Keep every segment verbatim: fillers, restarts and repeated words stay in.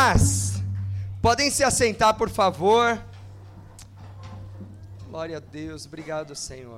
paz. Podem se assentar, por favor. Glória a Deus, obrigado, Senhor.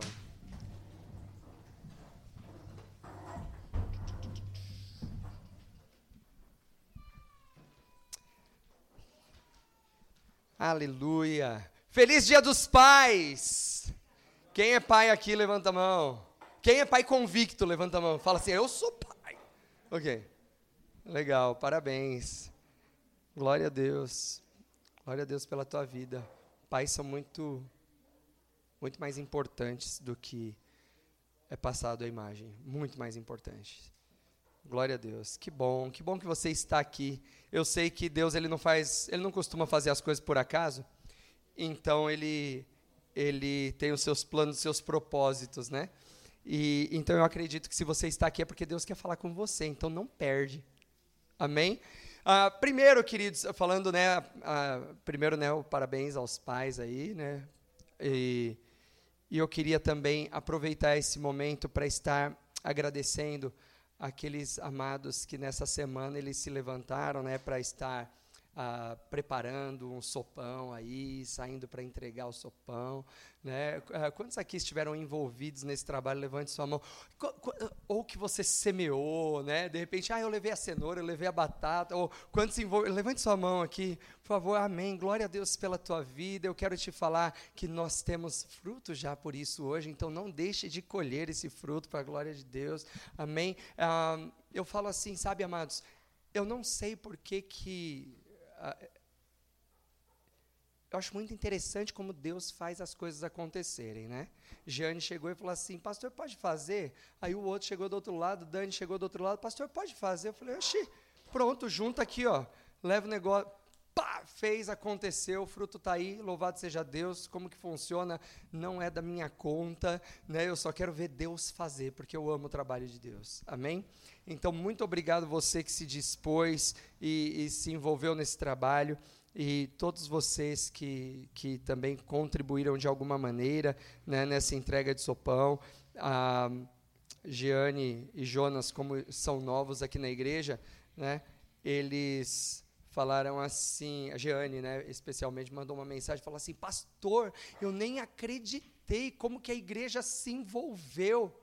Aleluia. Feliz Dia dos Pais. Quem é pai aqui, levanta a mão. Quem é pai convicto, levanta a mão. Fala assim, eu sou pai. Ok. Legal, parabéns. Glória a Deus. Glória a Deus pela tua vida. Pais são muito, muito mais importantes do que é passado a imagem. Muito mais importantes. Glória a Deus. Que bom, que bom que você está aqui. Eu sei que Deus, ele não faz, ele não costuma fazer as coisas por acaso. Então ele, ele tem os seus planos, os seus propósitos, né? E então eu acredito que se você está aqui é porque Deus quer falar com você. Então não perde. Amém? Ah, primeiro, queridos, falando, né, ah, primeiro, né, o parabéns aos pais aí, né, e, e eu queria também aproveitar esse momento para estar agradecendo aqueles amados que nessa semana eles se levantaram, né, para estar ah, preparando um sopão aí, saindo para entregar o sopão, né? Ah, quantos aqui estiveram envolvidos nesse trabalho? Levante sua mão. Qu- qu- ou que você semeou, né? De repente, ah, eu levei a cenoura, eu levei a batata, ou quantos envolvidos? Levante sua mão aqui, por favor, amém. Glória a Deus pela tua vida. Eu quero te falar que nós temos fruto já por isso hoje, então não deixe de colher esse fruto para a glória de Deus, amém. Ah, eu falo assim, sabe, amados, eu não sei por que que eu acho muito interessante como Deus faz as coisas acontecerem, né? Jeane chegou e falou assim, pastor, pode fazer? Aí o outro chegou do outro lado, Dani chegou do outro lado, pastor, pode fazer? Eu falei, oxi, pronto, junta aqui, ó, leva o negócio, pá, fez, aconteceu, o fruto está aí, louvado seja Deus. Como que funciona? Não é da minha conta, né? Eu só quero ver Deus fazer, porque eu amo o trabalho de Deus, amém? Então, muito obrigado você que se dispôs e, e se envolveu nesse trabalho, e todos vocês que, que também contribuíram de alguma maneira, né, nessa entrega de sopão. A Jeane e Jonas, como são novos aqui na igreja, né, eles falaram assim, a Jeane, né, especialmente, mandou uma mensagem, falou assim, pastor, eu nem acreditei como que a igreja se envolveu.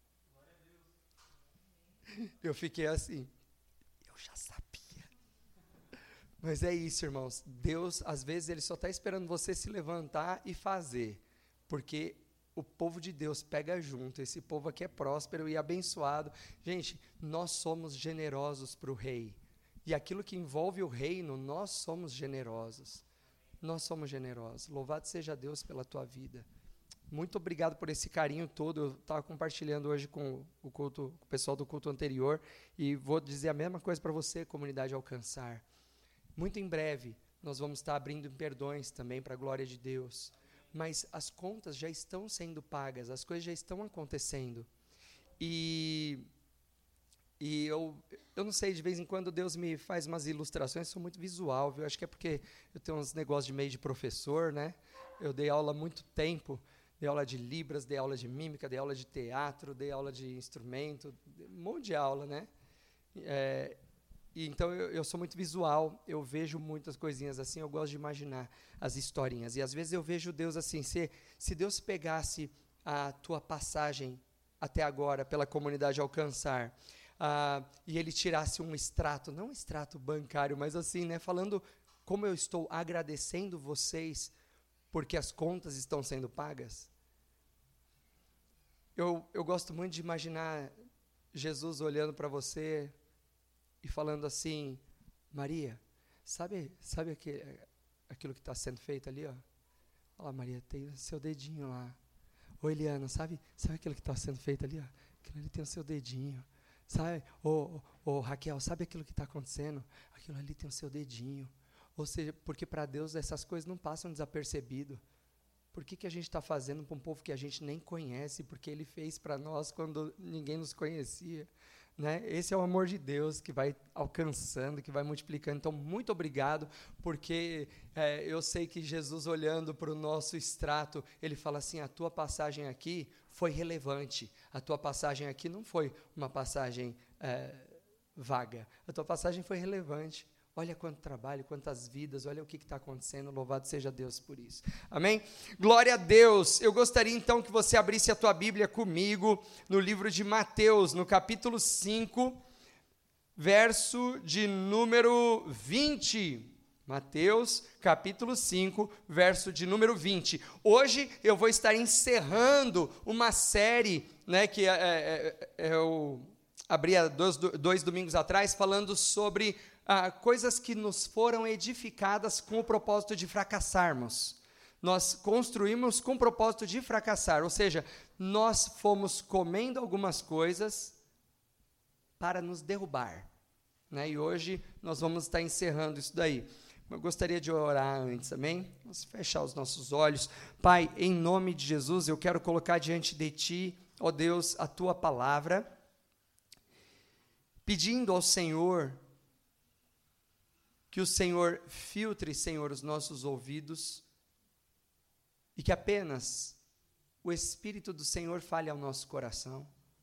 Eu fiquei assim, eu já sabia. Mas é isso, irmãos, Deus, às vezes, Ele só está esperando você se levantar e fazer, porque o povo de Deus pega junto, esse povo aqui é próspero e abençoado. Gente, nós somos generosos para o rei, e aquilo que envolve o reino, nós somos generosos, nós somos generosos. Louvado seja Deus pela tua vida. Muito obrigado por esse carinho todo. Eu estava compartilhando hoje com o, culto, com o pessoal do culto anterior, e vou dizer a mesma coisa para você, comunidade Alcançar. Muito em breve, nós vamos estar abrindo perdões também para a glória de Deus, mas as contas já estão sendo pagas, as coisas já estão acontecendo, e, e eu, eu não sei, de vez em quando Deus me faz umas ilustrações, sou muito visual, viu? Acho que é porque eu tenho uns negócios de meio de professor, né? Eu dei aula há muito tempo, dei aula de Libras, dei aula de mímica, dei aula de teatro, dei aula de instrumento, um monte de aula, né? É, e então eu, eu sou muito visual, eu vejo muitas coisinhas assim, eu gosto de imaginar as historinhas. E às vezes eu vejo Deus assim, se, se Deus pegasse a tua passagem até agora pela comunidade Alcançar, ah, e Ele tirasse um extrato, não um extrato bancário, mas assim, né, falando como eu estou agradecendo vocês porque as contas estão sendo pagas. Eu, eu gosto muito de imaginar Jesus olhando para você e falando assim, Maria, sabe, sabe aquele, aquilo que está sendo feito ali, ó? Olha lá, Maria, tem o seu dedinho lá. Ô, Eliana, sabe, sabe aquilo que está sendo feito ali, ó? Aquilo ali tem o seu dedinho. Sabe, ô, ô, ô Raquel, sabe aquilo que está acontecendo? Aquilo ali tem o seu dedinho. Ou seja, porque para Deus essas coisas não passam desapercebido. Por que, que a gente está fazendo para um povo que a gente nem conhece? Porque Ele fez para nós quando ninguém nos conhecia. Né? Esse é o amor de Deus que vai alcançando, que vai multiplicando. Então, muito obrigado, porque é, eu sei que Jesus, olhando para o nosso extrato, Ele fala assim, a tua passagem aqui foi relevante, a tua passagem aqui não foi uma passagem é, vaga, a tua passagem foi relevante. Olha quanto trabalho, quantas vidas, olha o que está acontecendo, louvado seja Deus por isso. Amém? Glória a Deus. Eu gostaria então que você abrisse a tua Bíblia comigo no livro de Mateus, no capítulo cinco, verso de número vinte. Mateus, capítulo cinco, verso de número vinte. Hoje eu vou estar encerrando uma série, né, que é, é, é, eu abri há dois, dois domingos atrás, falando sobre ah, coisas que nos foram edificadas com o propósito de fracassarmos. Nós construímos com o propósito de fracassar, ou seja, nós fomos comendo algumas coisas para nos derrubar, né? E hoje nós vamos estar encerrando isso daí. Eu gostaria de orar antes, amém? Vamos fechar os nossos olhos. Pai, em nome de Jesus, eu quero colocar diante de Ti, ó Deus, a Tua palavra, pedindo ao Senhor que o Senhor filtre, Senhor, os nossos ouvidos e que apenas o Espírito do Senhor fale ao nosso coração,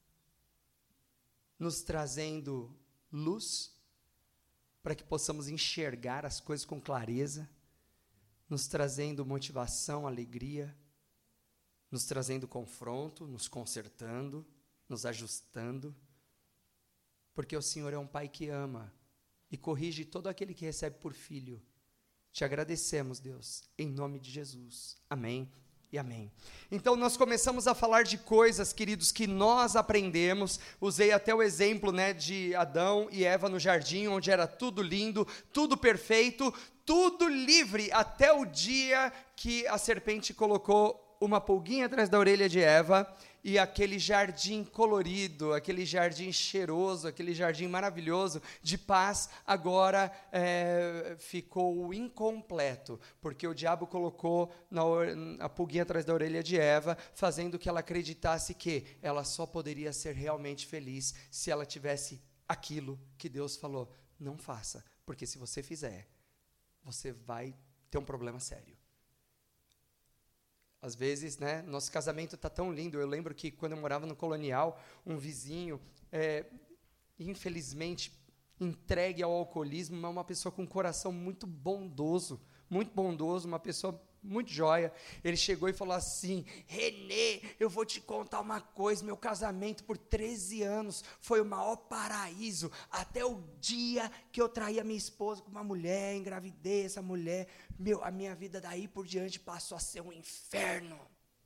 nos trazendo luz, para que possamos enxergar as coisas com clareza, nos trazendo motivação, alegria, nos trazendo confronto, nos consertando, nos ajustando, porque o Senhor é um Pai que ama e corrige todo aquele que recebe por filho. Te agradecemos, Deus, em nome de Jesus. Amém. E amém. Então nós começamos a falar de coisas, queridos, que nós aprendemos. Usei até o exemplo, né, de Adão e Eva no jardim, onde era tudo lindo, tudo perfeito, tudo livre, até o dia que a serpente colocou uma pulguinha atrás da orelha de Eva, e aquele jardim colorido, aquele jardim cheiroso, aquele jardim maravilhoso de paz, agora é, ficou incompleto, porque o diabo colocou na or, a pulguinha atrás da orelha de Eva, fazendo que ela acreditasse que ela só poderia ser realmente feliz se ela tivesse aquilo que Deus falou, não faça, porque se você fizer, você vai ter um problema sério. Às vezes, né, nosso casamento está tão lindo. Eu lembro que quando eu morava no Colonial, um vizinho, é, infelizmente, entregue ao alcoolismo, mas uma pessoa com um coração muito bondoso, muito bondoso, uma pessoa muito joia. Ele chegou e falou assim: Renê, eu vou te contar uma coisa, meu casamento por treze anos foi o maior paraíso, até o dia que eu traí a minha esposa com uma mulher, engravidei essa mulher, meu, a minha vida daí por diante passou a ser um inferno.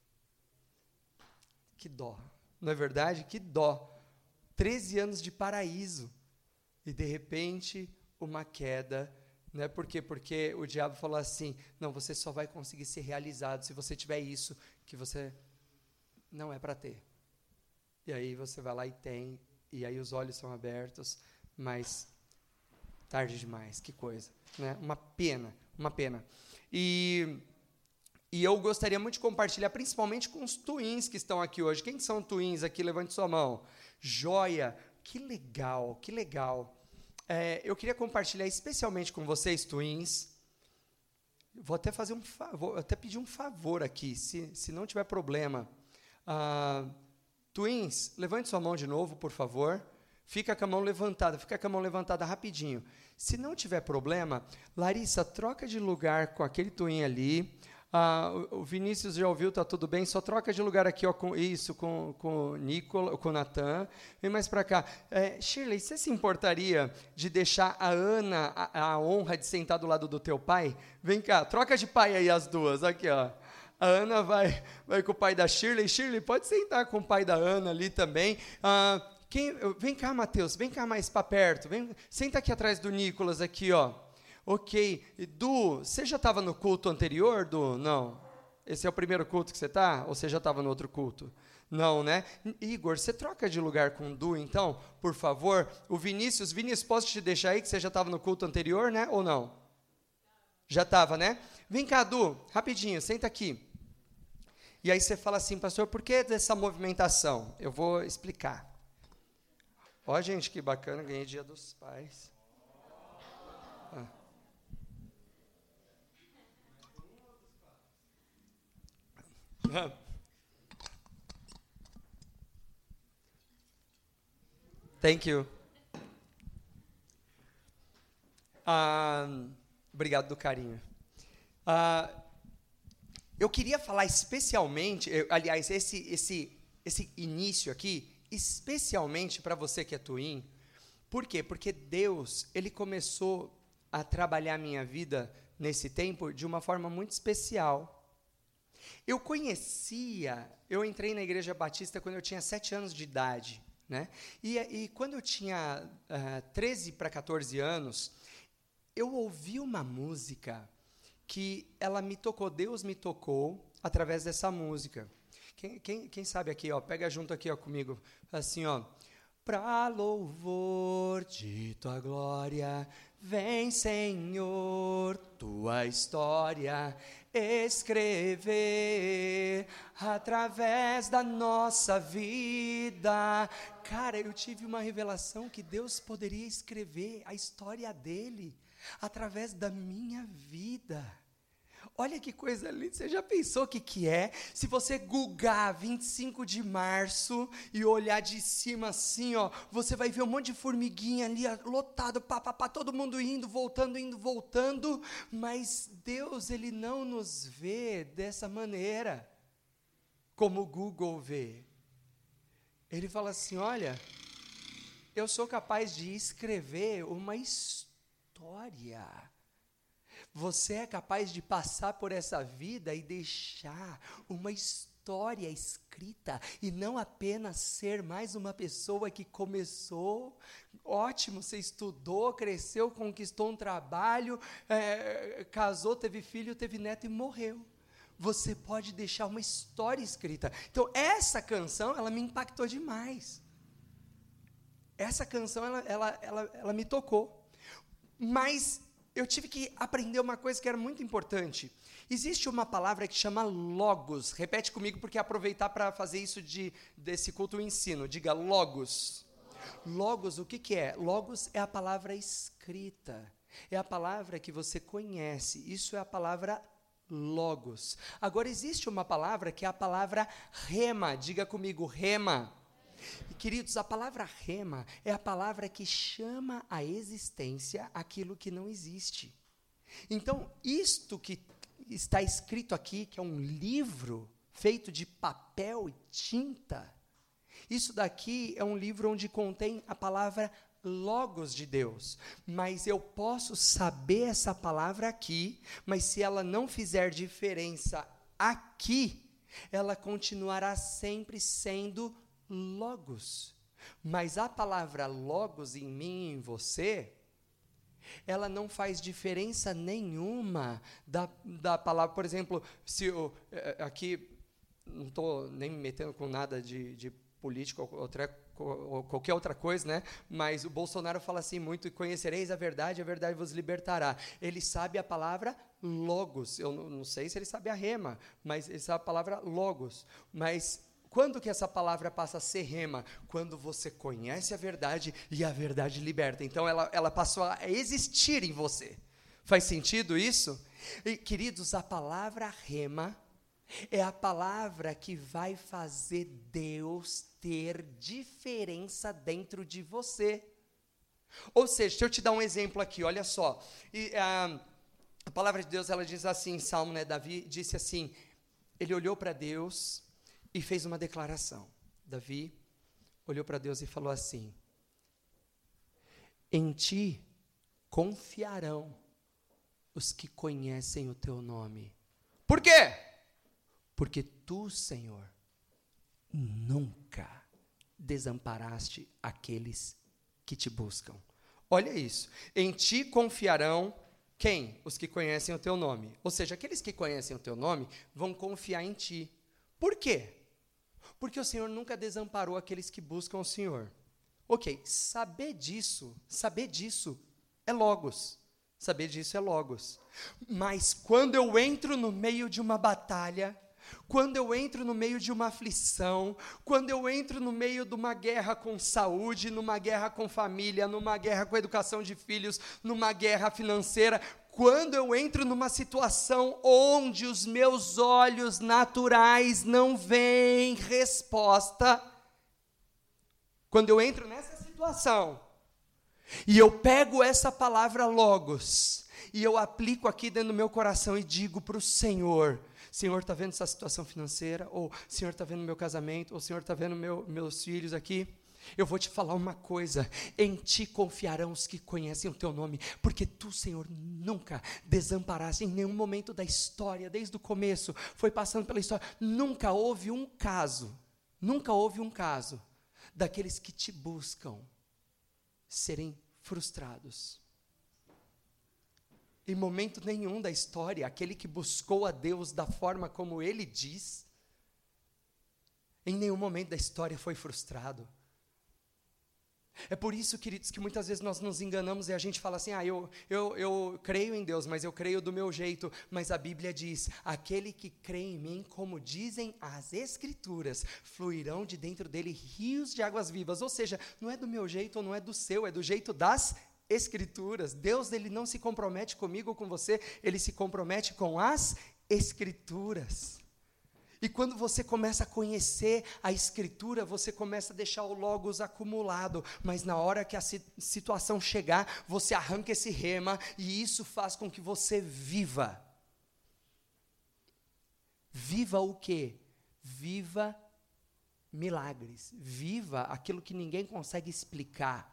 Que dó, não é verdade? Que dó, treze anos de paraíso, e de repente uma queda. Não é por quê? Porque o diabo falou assim, não, você só vai conseguir ser realizado se você tiver isso, que você não é para ter. E aí você vai lá e tem, e aí os olhos são abertos, mas tarde demais, que coisa, né? Uma pena, uma pena. E, e eu gostaria muito de compartilhar, principalmente com os twins que estão aqui hoje. Quem são twins aqui? Levante sua mão. Joia, que legal, que legal. É, eu queria compartilhar especialmente com vocês, twins. Vou até fazer um favor, até pedir um favor aqui, se, se não tiver problema. Ah, twins, levante sua mão de novo, por favor. Fica com a mão levantada, fica com a mão levantada rapidinho. Se não tiver problema, Larissa, troca de lugar com aquele twin ali. Ah, o Vinícius já ouviu, tá tudo bem, só troca de lugar aqui, ó, com isso, com, com o Nicola, com o Natan. Vem mais para cá. É, Shirley, você se importaria de deixar a Ana a, a honra de sentar do lado do teu pai? Vem cá, troca de pai aí as duas, aqui, ó. A Ana vai, vai com o pai da Shirley. Shirley, pode sentar com o pai da Ana ali também. Ah, quem, vem cá, Matheus, vem cá mais para perto. Vem, senta aqui atrás do Nicolas, aqui, ó. Ok. Du, você já estava no culto anterior, Du? Não. Esse é o primeiro culto que você está? Ou você já estava no outro culto? Não, né? Igor, você troca de lugar com o Du, então, por favor? O Vinícius, Vinícius, posso te deixar aí que você já estava no culto anterior, né? Ou não? Já estava, né? Vem cá, Du, rapidinho, senta aqui. E aí você fala assim, pastor, por que dessa movimentação? Eu vou explicar. Ó, gente, que bacana, ganhei Dia dos Pais. Ah. Thank you. Ah, obrigado do carinho. Ah, eu queria falar especialmente, eu, aliás, esse, esse, esse início aqui, especialmente para você que é twin. Por quê? Porque Deus, Ele começou a trabalhar a minha vida nesse tempo de uma forma muito especial. Eu conhecia, eu entrei na Igreja Batista quando eu tinha sete anos de idade, né? E, e quando eu tinha uh, treze para quatorze anos, eu ouvi uma música que ela me tocou, Deus me tocou através dessa música. Quem, quem, quem sabe aqui, ó, pega junto aqui ó, comigo, assim, ó. Pra louvor de tua glória, vem, Senhor, tua história escrever através da nossa vida. Cara, eu tive uma revelação que Deus poderia escrever a história dele através da minha vida. Olha que coisa linda, você já pensou o que, que é? Se você googar vinte e cinco de março e olhar de cima assim, ó, você vai ver um monte de formiguinha ali, ó, lotado, pá, pá, pá, todo mundo indo, voltando, indo, voltando, mas Deus, Ele não nos vê dessa maneira, como o Google vê. Ele fala assim, olha, eu sou capaz de escrever uma história. Você é capaz de passar por essa vida e deixar uma história escrita e não apenas ser mais uma pessoa que começou, ótimo, você estudou, cresceu, conquistou um trabalho, é, casou, teve filho, teve neto e morreu. Você pode deixar uma história escrita. Então, essa canção, ela me impactou demais. Essa canção, ela, ela, ela, ela me tocou. Mas eu tive que aprender uma coisa que era muito importante. Existe uma palavra que chama logos. Repete comigo, porque aproveitar para fazer isso de, desse culto o ensino. Diga logos. Logos, o que, que é? Logos é a palavra escrita. É a palavra que você conhece. Isso é a palavra logos. Agora, existe uma palavra que é a palavra rema. Diga comigo, rema. E, queridos, a palavra rema é a palavra que chama à existência aquilo que não existe. Então, isto que está escrito aqui, que é um livro feito de papel e tinta, isso daqui é um livro onde contém a palavra logos de Deus. Mas eu posso saber essa palavra aqui, mas se ela não fizer diferença aqui, ela continuará sempre sendo logos. Mas a palavra logos em mim e em você, ela não faz diferença nenhuma da, da palavra. Por exemplo, se eu, aqui, não estou nem me metendo com nada de, de política ou, outra, ou qualquer outra coisa, né? Mas o Bolsonaro fala assim muito, e conhecereis a verdade, a verdade vos libertará. Ele sabe a palavra logos. Eu não, não sei se ele sabe a rema, mas ele sabe a palavra logos. Mas quando que essa palavra passa a ser rema? Quando você conhece a verdade e a verdade liberta. Então, ela, ela passou a existir em você. Faz sentido isso? E, queridos, a palavra rema é a palavra que vai fazer Deus ter diferença dentro de você. Ou seja, deixa eu te dar um exemplo aqui, olha só. E, ah, a palavra de Deus, ela diz assim, em Salmo, né, Davi disse assim, ele olhou para Deus e fez uma declaração. Davi olhou para Deus e falou assim, em ti confiarão os que conhecem o teu nome. Por quê? Porque tu, Senhor, nunca desamparaste aqueles que te buscam. Olha isso, em ti confiarão quem? Os que conhecem o teu nome. Ou seja, aqueles que conhecem o teu nome vão confiar em ti. Por quê? Porque o Senhor nunca desamparou aqueles que buscam o Senhor. Ok, saber disso, saber disso é logos. Saber disso é logos. Mas quando eu entro no meio de uma batalha, quando eu entro no meio de uma aflição, quando eu entro no meio de uma guerra com saúde, numa guerra com família, numa guerra com educação de filhos, numa guerra financeira, quando eu entro numa situação onde os meus olhos naturais não veem resposta, quando eu entro nessa situação, E eu pego essa palavra logos, e eu aplico aqui dentro do meu coração e digo para o Senhor, Senhor, está vendo essa situação financeira? Ou Senhor, está vendo meu casamento? Ou Senhor, está vendo meu, meus filhos aqui? Eu vou te falar uma coisa, em ti confiarão os que conhecem o teu nome, porque tu, Senhor, nunca desamparaste em nenhum momento da história, desde o começo, foi passando pela história, nunca houve um caso, nunca houve um caso, daqueles que te buscam, serem frustrados. Em momento nenhum da história, aquele que buscou a Deus da forma como Ele diz, em nenhum momento da história foi frustrado. É por isso, queridos, que muitas vezes nós nos enganamos e a gente fala assim, ah, eu, eu, eu creio em Deus, mas eu creio do meu jeito, mas a Bíblia diz, aquele que crê em mim, como dizem as Escrituras, fluirão de dentro dele rios de águas vivas, ou seja, não é do meu jeito ou não é do seu, é do jeito das Escrituras. Deus, ele não se compromete comigo ou com você, ele se compromete com as Escrituras. E quando você começa a conhecer a Escritura, você começa a deixar o logos acumulado, mas na hora que a situação chegar, você arranca esse rema, e isso faz com que você viva. Viva o quê? Viva milagres, viva aquilo que ninguém consegue explicar.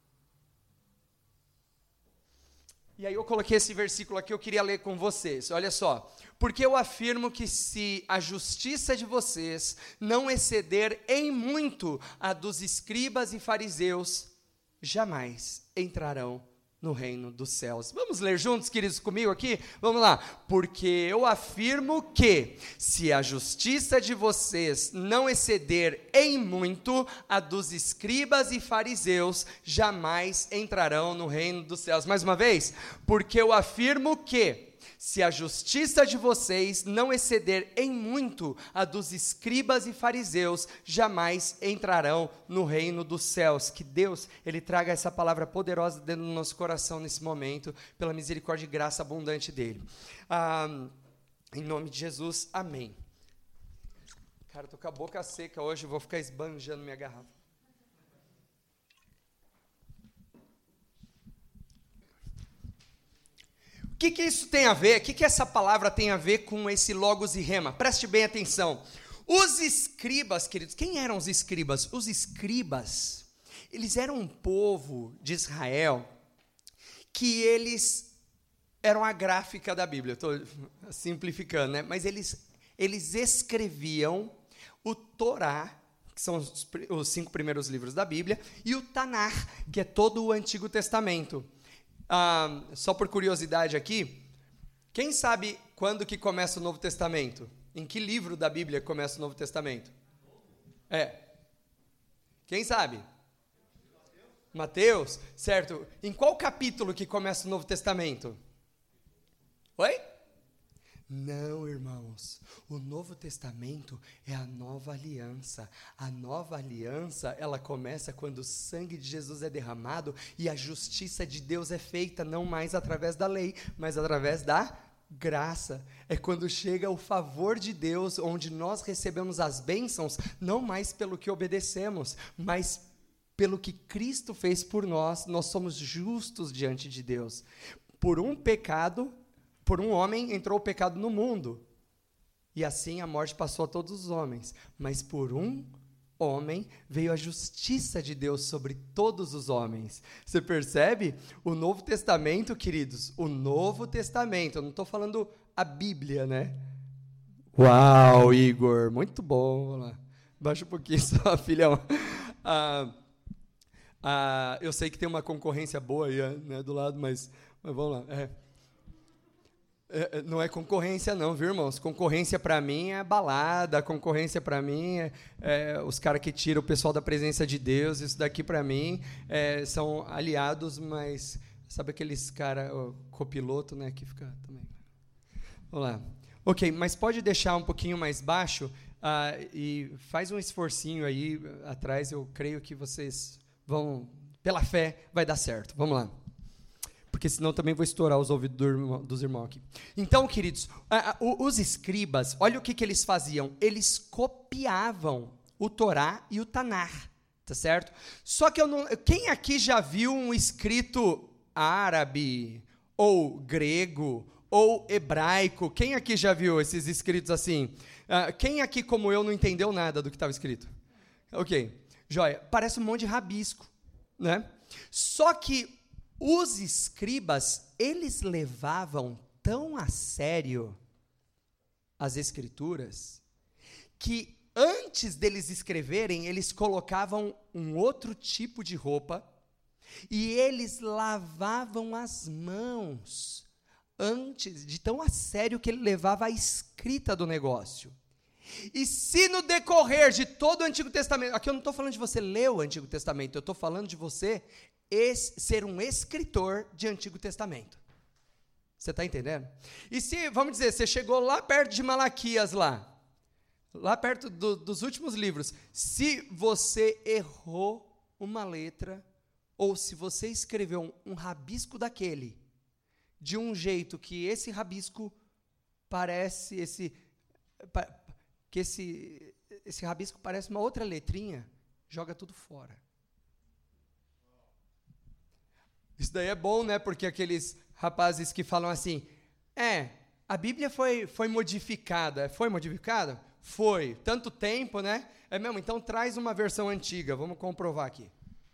E aí eu coloquei esse versículo aqui, eu queria ler com vocês, olha só. Porque eu afirmo que se a justiça de vocês não exceder em muito a dos escribas e fariseus, jamais entrarão no reino dos céus. Vamos ler juntos, queridos, comigo aqui? Vamos lá. Porque eu afirmo que, se a justiça de vocês não exceder em muito a dos escribas e fariseus, jamais entrarão no reino dos céus. Mais uma vez. Porque eu afirmo que, se a justiça de vocês não exceder em muito a dos escribas e fariseus, jamais entrarão no reino dos céus. Que Deus, Ele traga essa palavra poderosa dentro do nosso coração nesse momento, pela misericórdia e graça abundante dEle. Ah, em nome de Jesus, amém. Cara, eu tô com a boca seca hoje, eu vou ficar esbanjando minha garrafa. O que, que isso tem a ver? O que, que essa palavra tem a ver com esse logos e rema? Preste bem atenção. Os escribas, queridos, quem eram os escribas? Os escribas, eles eram um povo de Israel que eles eram a gráfica da Bíblia. Estou simplificando, né? Mas eles, eles escreviam o Torá, que são os, os cinco primeiros livros da Bíblia, e o Tanar, que é todo o Antigo Testamento. Ah, só por curiosidade aqui, quem sabe quando que começa o Novo Testamento? Em que livro da Bíblia começa o Novo Testamento? É. Quem sabe? Mateus, certo. Em qual capítulo que começa o Novo Testamento? Oi? Não, irmãos, o Novo Testamento é a nova aliança. A nova aliança, ela começa quando o sangue de Jesus é derramado e a justiça de Deus é feita, não mais através da lei, mas através da graça. É quando chega o favor de Deus, onde nós recebemos as bênçãos, não mais pelo que obedecemos, mas pelo que Cristo fez por nós. Nós somos justos diante de Deus. Por um pecado, por um homem entrou o pecado no mundo, e assim a morte passou a todos os homens, mas por um homem veio a justiça de Deus sobre todos os homens. Você percebe? O Novo Testamento, queridos, o Novo Testamento, eu não estou falando a Bíblia, né? Uau, Igor, muito bom. Vamos lá. Baixa um pouquinho só, filhão. Ah, ah, eu sei que tem uma concorrência boa aí, né, do lado, mas, mas vamos lá. É. É, não é concorrência não, viu, irmãos? Concorrência para mim é balada, concorrência para mim é, é os caras que tiram o pessoal da presença de Deus. Isso daqui para mim é, são aliados, mas sabe aqueles caras, copiloto, né, que fica também. Vamos lá. Ok, mas pode deixar um pouquinho mais baixo ah, e faz um esforcinho aí atrás, eu creio que vocês vão, pela fé, vai dar certo. Vamos lá. Porque senão também vou estourar os ouvidos do irmão, dos irmãos aqui. Então, queridos, a, a, os escribas, olha o que, que eles faziam. Eles copiavam o Torá e o Tanar. Tá certo? Só que eu não... Quem aqui já viu um escrito árabe, ou grego, ou hebraico? Quem aqui já viu esses escritos assim? Uh, quem aqui, como eu, não entendeu nada do que estava escrito? Ok, joia. Parece um monte de rabisco, né? Só que os escribas, eles levavam tão a sério as escrituras, que antes deles escreverem, eles colocavam um outro tipo de roupa, e eles lavavam as mãos, antes, de tão a sério que ele levava a escrita do negócio. E se no decorrer de todo o Antigo Testamento, aqui eu não estou falando de você ler o Antigo Testamento, eu estou falando de você es, ser um escritor de Antigo Testamento. Você está entendendo? E se, vamos dizer, você chegou lá perto de Malaquias, lá, lá perto do, dos últimos livros, se você errou uma letra, ou se você escreveu um, um rabisco daquele, de um jeito que esse rabisco parece, esse, que esse, esse rabisco parece uma outra letrinha, joga tudo fora. Isso daí é bom, né? Porque aqueles rapazes que falam assim, é, a Bíblia foi, foi modificada. Foi modificada? Foi. Tanto tempo, né? É mesmo, então traz uma versão antiga, vamos comprovar aqui.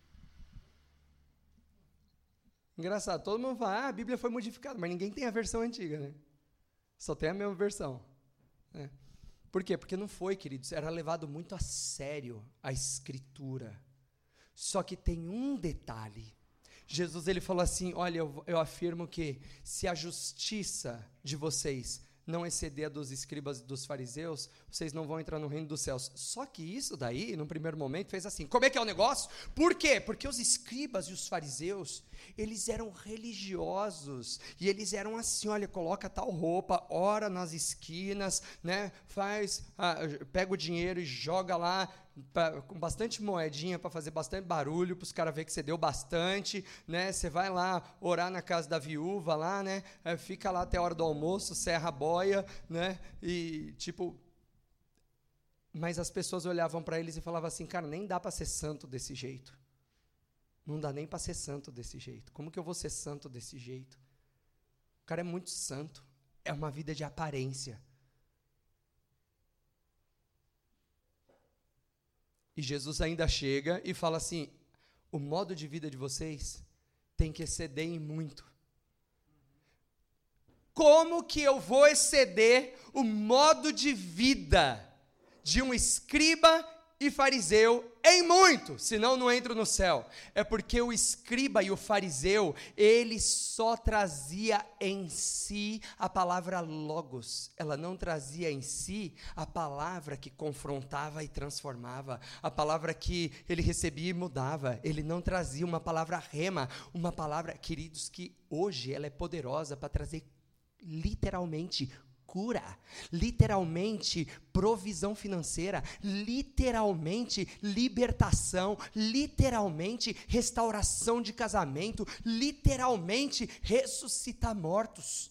Engraçado, todo mundo fala, ah, a Bíblia foi modificada, mas ninguém tem a versão antiga, né? Só tem a mesma versão. Né? Por quê? Porque não foi, queridos, era levado muito a sério a Escritura. Só que tem um detalhe. Jesus, ele falou assim, olha, eu, eu afirmo que se a justiça de vocês não exceder a dos escribas e dos fariseus, vocês não vão entrar no reino dos céus. Só que isso daí, num primeiro momento, fez assim, como é que é o negócio? Por quê? Porque os escribas e os fariseus, eles eram religiosos, e eles eram assim, olha, coloca tal roupa, ora nas esquinas, né, faz, ah, pega o dinheiro e joga lá, pra, com bastante moedinha para fazer bastante barulho, para os caras verem que você deu bastante, né, você vai lá orar na casa da viúva lá, né, fica lá até a hora do almoço, serra a boia, né, e tipo, mas as pessoas olhavam para eles e falavam assim, cara, nem dá para ser santo desse jeito, não dá nem para ser santo desse jeito, como que eu vou ser santo desse jeito? O cara é muito santo, é uma vida de aparência. E Jesus ainda chega e fala assim, o modo de vida de vocês tem que exceder em muito. Como que eu vou exceder o modo de vida de um escriba e fariseu em muito, senão não entro no céu? É porque o escriba e o fariseu, ele só trazia em si a palavra logos, ela não trazia em si a palavra que confrontava e transformava, a palavra que ele recebia e mudava, ele não trazia uma palavra rema, uma palavra, queridos, que hoje ela é poderosa para trazer literalmente cura, literalmente provisão financeira, literalmente libertação, literalmente restauração de casamento, literalmente ressuscitar mortos.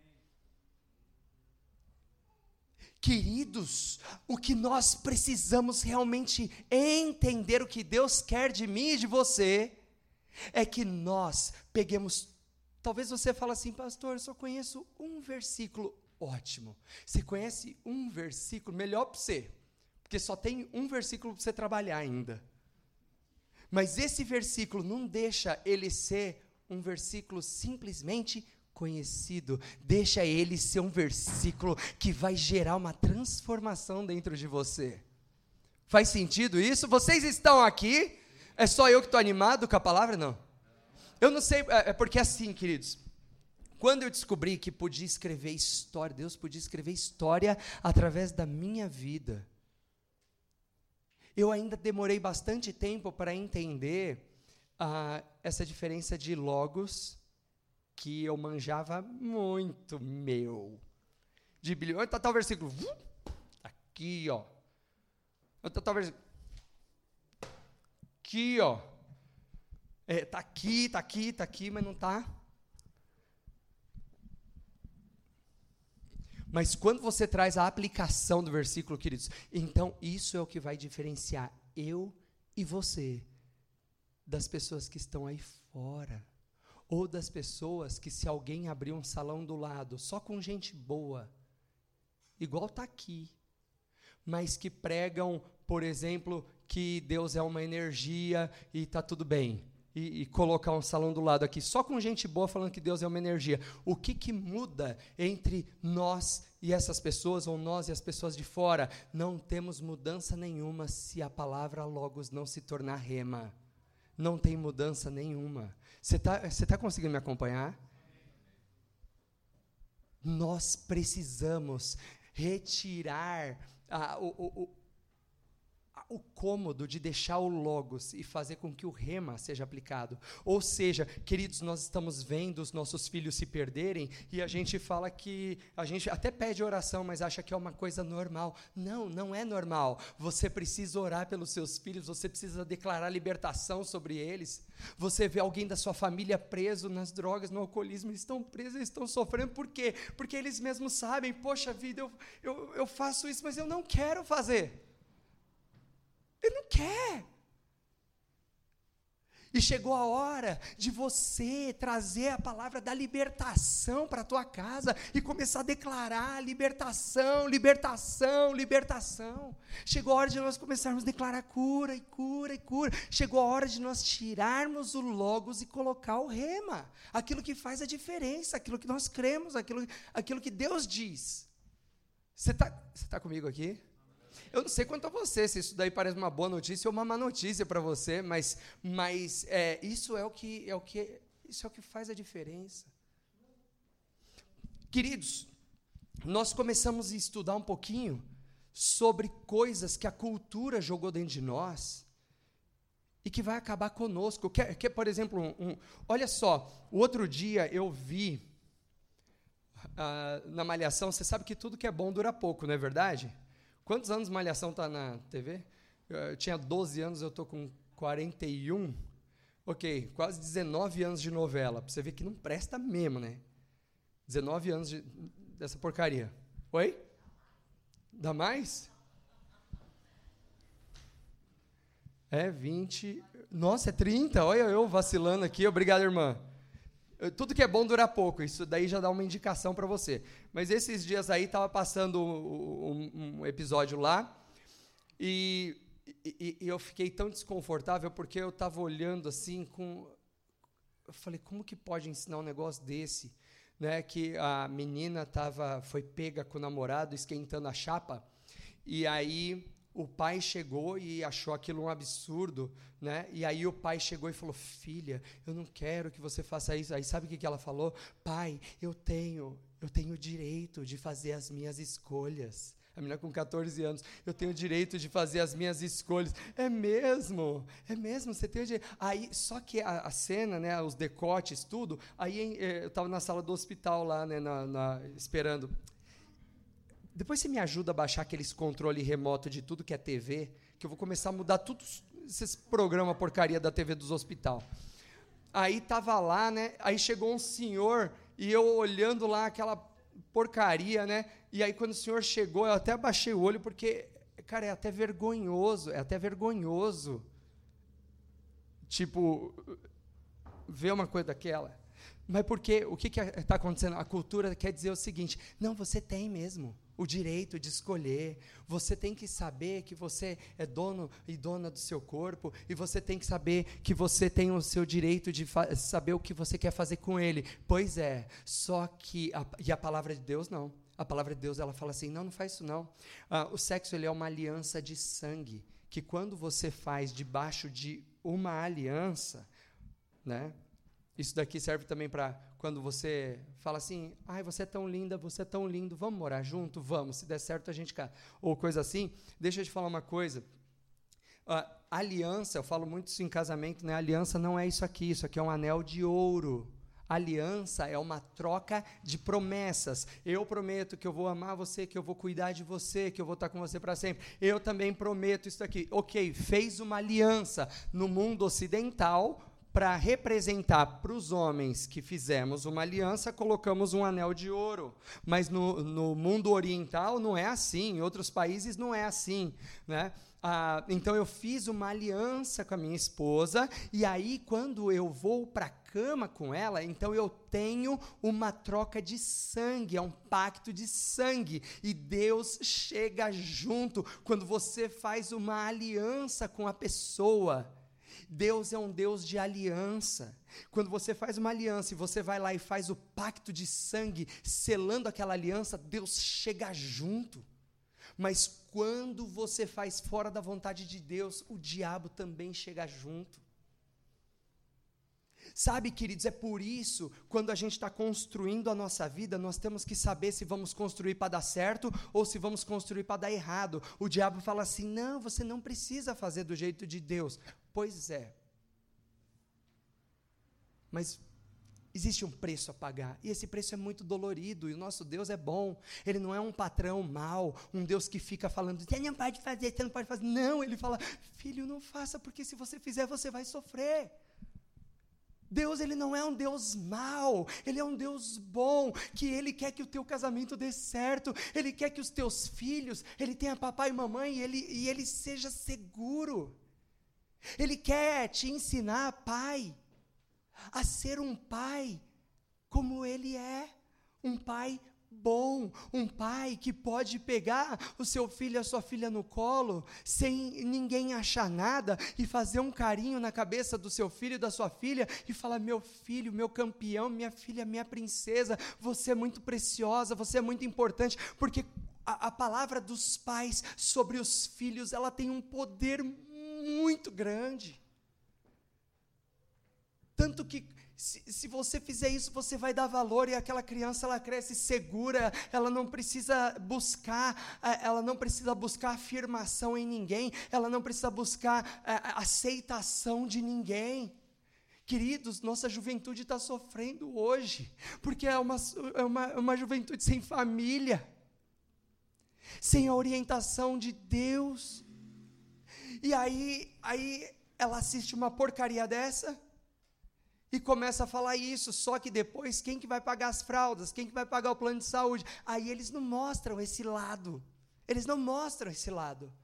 Queridos, o que nós precisamos realmente entender, o que Deus quer de mim e de você, é que nós peguemos, talvez você fale assim, pastor, eu só conheço um versículo. Ótimo, você conhece um versículo, melhor para você, porque só tem um versículo para você trabalhar ainda, mas esse versículo não deixa ele ser um versículo simplesmente conhecido, deixa ele ser um versículo que vai gerar uma transformação dentro de você. Faz sentido isso? Vocês estão aqui, é só eu que estou animado com a palavra? Não, eu não sei, é porque assim, queridos, quando eu descobri que podia escrever história, Deus podia escrever história através da minha vida, eu ainda demorei bastante tempo para entender ah, essa diferença de logos, que eu manjava muito meu, de bilhões, está tal versículo, aqui ó, está tal versículo, aqui ó, está aqui, está aqui, está aqui, mas não está. Mas quando você traz a aplicação do versículo, queridos, então isso é o que vai diferenciar eu e E você, das pessoas que estão aí fora, ou das pessoas que, se alguém abrir um salão do lado, só com gente boa, igual está aqui, mas que pregam, por exemplo, que Deus é uma energia e está tudo bem, e, e colocar um salão do lado aqui, só com gente boa falando que Deus é uma energia. O que, que muda entre nós e essas pessoas, ou nós e as pessoas de fora? Não temos mudança nenhuma se a palavra logos não se tornar rema. Não tem mudança nenhuma. Você está você tá conseguindo me acompanhar? Nós precisamos retirar ah, o, o, o, o cômodo de deixar o logos e fazer com que o rema seja aplicado. Ou seja, queridos, nós estamos vendo os nossos filhos se perderem e a gente fala que, a gente até pede oração, mas acha que é uma coisa normal. Não, não é normal. Você precisa orar pelos seus filhos, você precisa declarar libertação sobre eles. Você vê alguém da sua família preso nas drogas, no alcoolismo, eles estão presos, eles estão sofrendo. Por quê? Porque eles mesmos sabem, poxa vida, eu, eu, eu faço isso, mas eu não quero fazer. Ele não quer. E chegou a hora de você trazer a palavra da libertação para a tua casa e começar a declarar libertação, libertação, libertação. Chegou a hora de nós começarmos a declarar cura e cura e cura. Chegou a hora de nós tirarmos o logos e colocar o rema. Aquilo que faz a diferença, aquilo que nós cremos, aquilo, aquilo que Deus diz. Você está você tá comigo aqui? Eu não sei quanto a você, se isso daí parece uma boa notícia ou uma má notícia para você, mas, mas é, isso, é o que, é o que, isso é o que faz a diferença. Queridos, nós começamos a estudar um pouquinho sobre coisas que a cultura jogou dentro de nós e que vai acabar conosco. Que, que, por exemplo, um, um, olha só, o outro dia eu vi, uh, na Malhação, você sabe que tudo que é bom dura pouco, não é verdade? Quantos anos Malhação está na T V? Eu tinha doze anos, eu estou com quarenta e um. Ok, quase dezenove anos de novela. Para você ver que não presta mesmo, né? dezenove anos de, dessa porcaria. Oi? Dá mais? É, vinte. Nossa, é trinta. Olha eu vacilando aqui. Obrigado, irmã. Tudo que é bom dura pouco, isso daí já dá uma indicação para você. Mas esses dias aí estava passando um, um episódio lá e, e, e eu fiquei tão desconfortável porque eu estava olhando assim com... Eu falei, como que pode ensinar um negócio desse? Né, que a menina tava, foi pega com o namorado esquentando a chapa e aí... O pai chegou e achou aquilo um absurdo, né? E aí o pai chegou e falou, filha, eu não quero que você faça isso. Aí sabe o que que ela falou? Pai, eu tenho, eu tenho o direito de fazer as minhas escolhas. A menina com catorze anos, eu tenho o direito de fazer as minhas escolhas. É mesmo? É mesmo? Você tem o direito? Aí, só que a, a cena, né, os decotes, tudo, aí eu estava na sala do hospital lá, né, na, na, esperando. Depois você me ajuda a baixar aqueles controle remoto de tudo que é T V, que eu vou começar a mudar tudo esses programas porcaria da T V dos hospital. Aí estava lá, né? Aí chegou um senhor e eu olhando lá aquela porcaria, né? E aí quando o senhor chegou, eu até abaixei o olho porque, cara, é até vergonhoso, é até vergonhoso. Tipo, ver uma coisa daquela. Mas por quê? O que está acontecendo? A cultura quer dizer o seguinte, não, você tem mesmo o direito de escolher, você tem que saber que você é dono e dona do seu corpo, e você tem que saber que você tem o seu direito de saber o que você quer fazer com ele. Pois é, só que, a, e a palavra de Deus não. A palavra de Deus, ela fala assim, não, não faz isso não. Ah, o sexo, ele é uma aliança de sangue, que quando você faz debaixo de uma aliança, né? Isso daqui serve também para quando você fala assim, ai, você é tão linda, você é tão lindo, vamos morar junto? Vamos, se der certo a gente casa. Ou coisa assim. Deixa eu te falar uma coisa. Uh, aliança, eu falo muito isso em casamento, né? Aliança não é isso aqui, isso aqui é um anel de ouro. Aliança é uma troca de promessas. Eu prometo que eu vou amar você, que eu vou cuidar de você, que eu vou estar com você para sempre. Eu também prometo isso aqui. Ok, fez uma aliança no mundo ocidental. Para representar para os homens que fizemos uma aliança, colocamos um anel de ouro. Mas no, no mundo oriental não é assim, em outros países não é assim, né? Ah, então eu fiz uma aliança com a minha esposa, e aí quando eu vou para a cama com ela, então eu tenho uma troca de sangue, é um pacto de sangue, e Deus chega junto quando você faz uma aliança com a pessoa. Deus é um Deus de aliança. Quando você faz uma aliança e você vai lá e faz o pacto de sangue, selando aquela aliança, Deus chega junto. Mas quando você faz fora da vontade de Deus, o diabo também chega junto. Sabe, queridos, é por isso, quando a gente está construindo a nossa vida, nós temos que saber se vamos construir para dar certo ou se vamos construir para dar errado. O diabo fala assim, não, você não precisa fazer do jeito de Deus. Pois é. Mas existe um preço a pagar, e esse preço é muito dolorido, e o nosso Deus é bom, Ele não é um patrão mau, um Deus que fica falando, você não pode fazer, você não pode fazer, não, Ele fala, filho, não faça, porque se você fizer, você vai sofrer. Deus, Ele não é um Deus mau, Ele é um Deus bom, que Ele quer que o teu casamento dê certo, Ele quer que os teus filhos, Ele tenha papai e mamãe, e Ele, e ele seja seguro, Ele quer te ensinar, pai, a ser um pai como Ele é, um pai bom, um pai que pode pegar o seu filho e a sua filha no colo, sem ninguém achar nada, e fazer um carinho na cabeça do seu filho e da sua filha, e falar, meu filho, meu campeão, minha filha, minha princesa, você é muito preciosa, você é muito importante, porque a, a palavra dos pais sobre os filhos, ela tem um poder muito grande. Tanto que, se, se você fizer isso, você vai dar valor, e aquela criança, ela cresce segura, ela não precisa buscar, ela não precisa buscar afirmação em ninguém, ela não precisa buscar a, a aceitação de ninguém. Queridos, nossa juventude está sofrendo hoje, porque é uma, é uma, uma juventude sem família, sem a orientação de Deus, e aí, aí ela assiste uma porcaria dessa, e começa a falar isso, só que depois, quem que vai pagar as fraldas? Quem que vai pagar o plano de saúde? Aí eles não mostram esse lado, eles não mostram esse lado.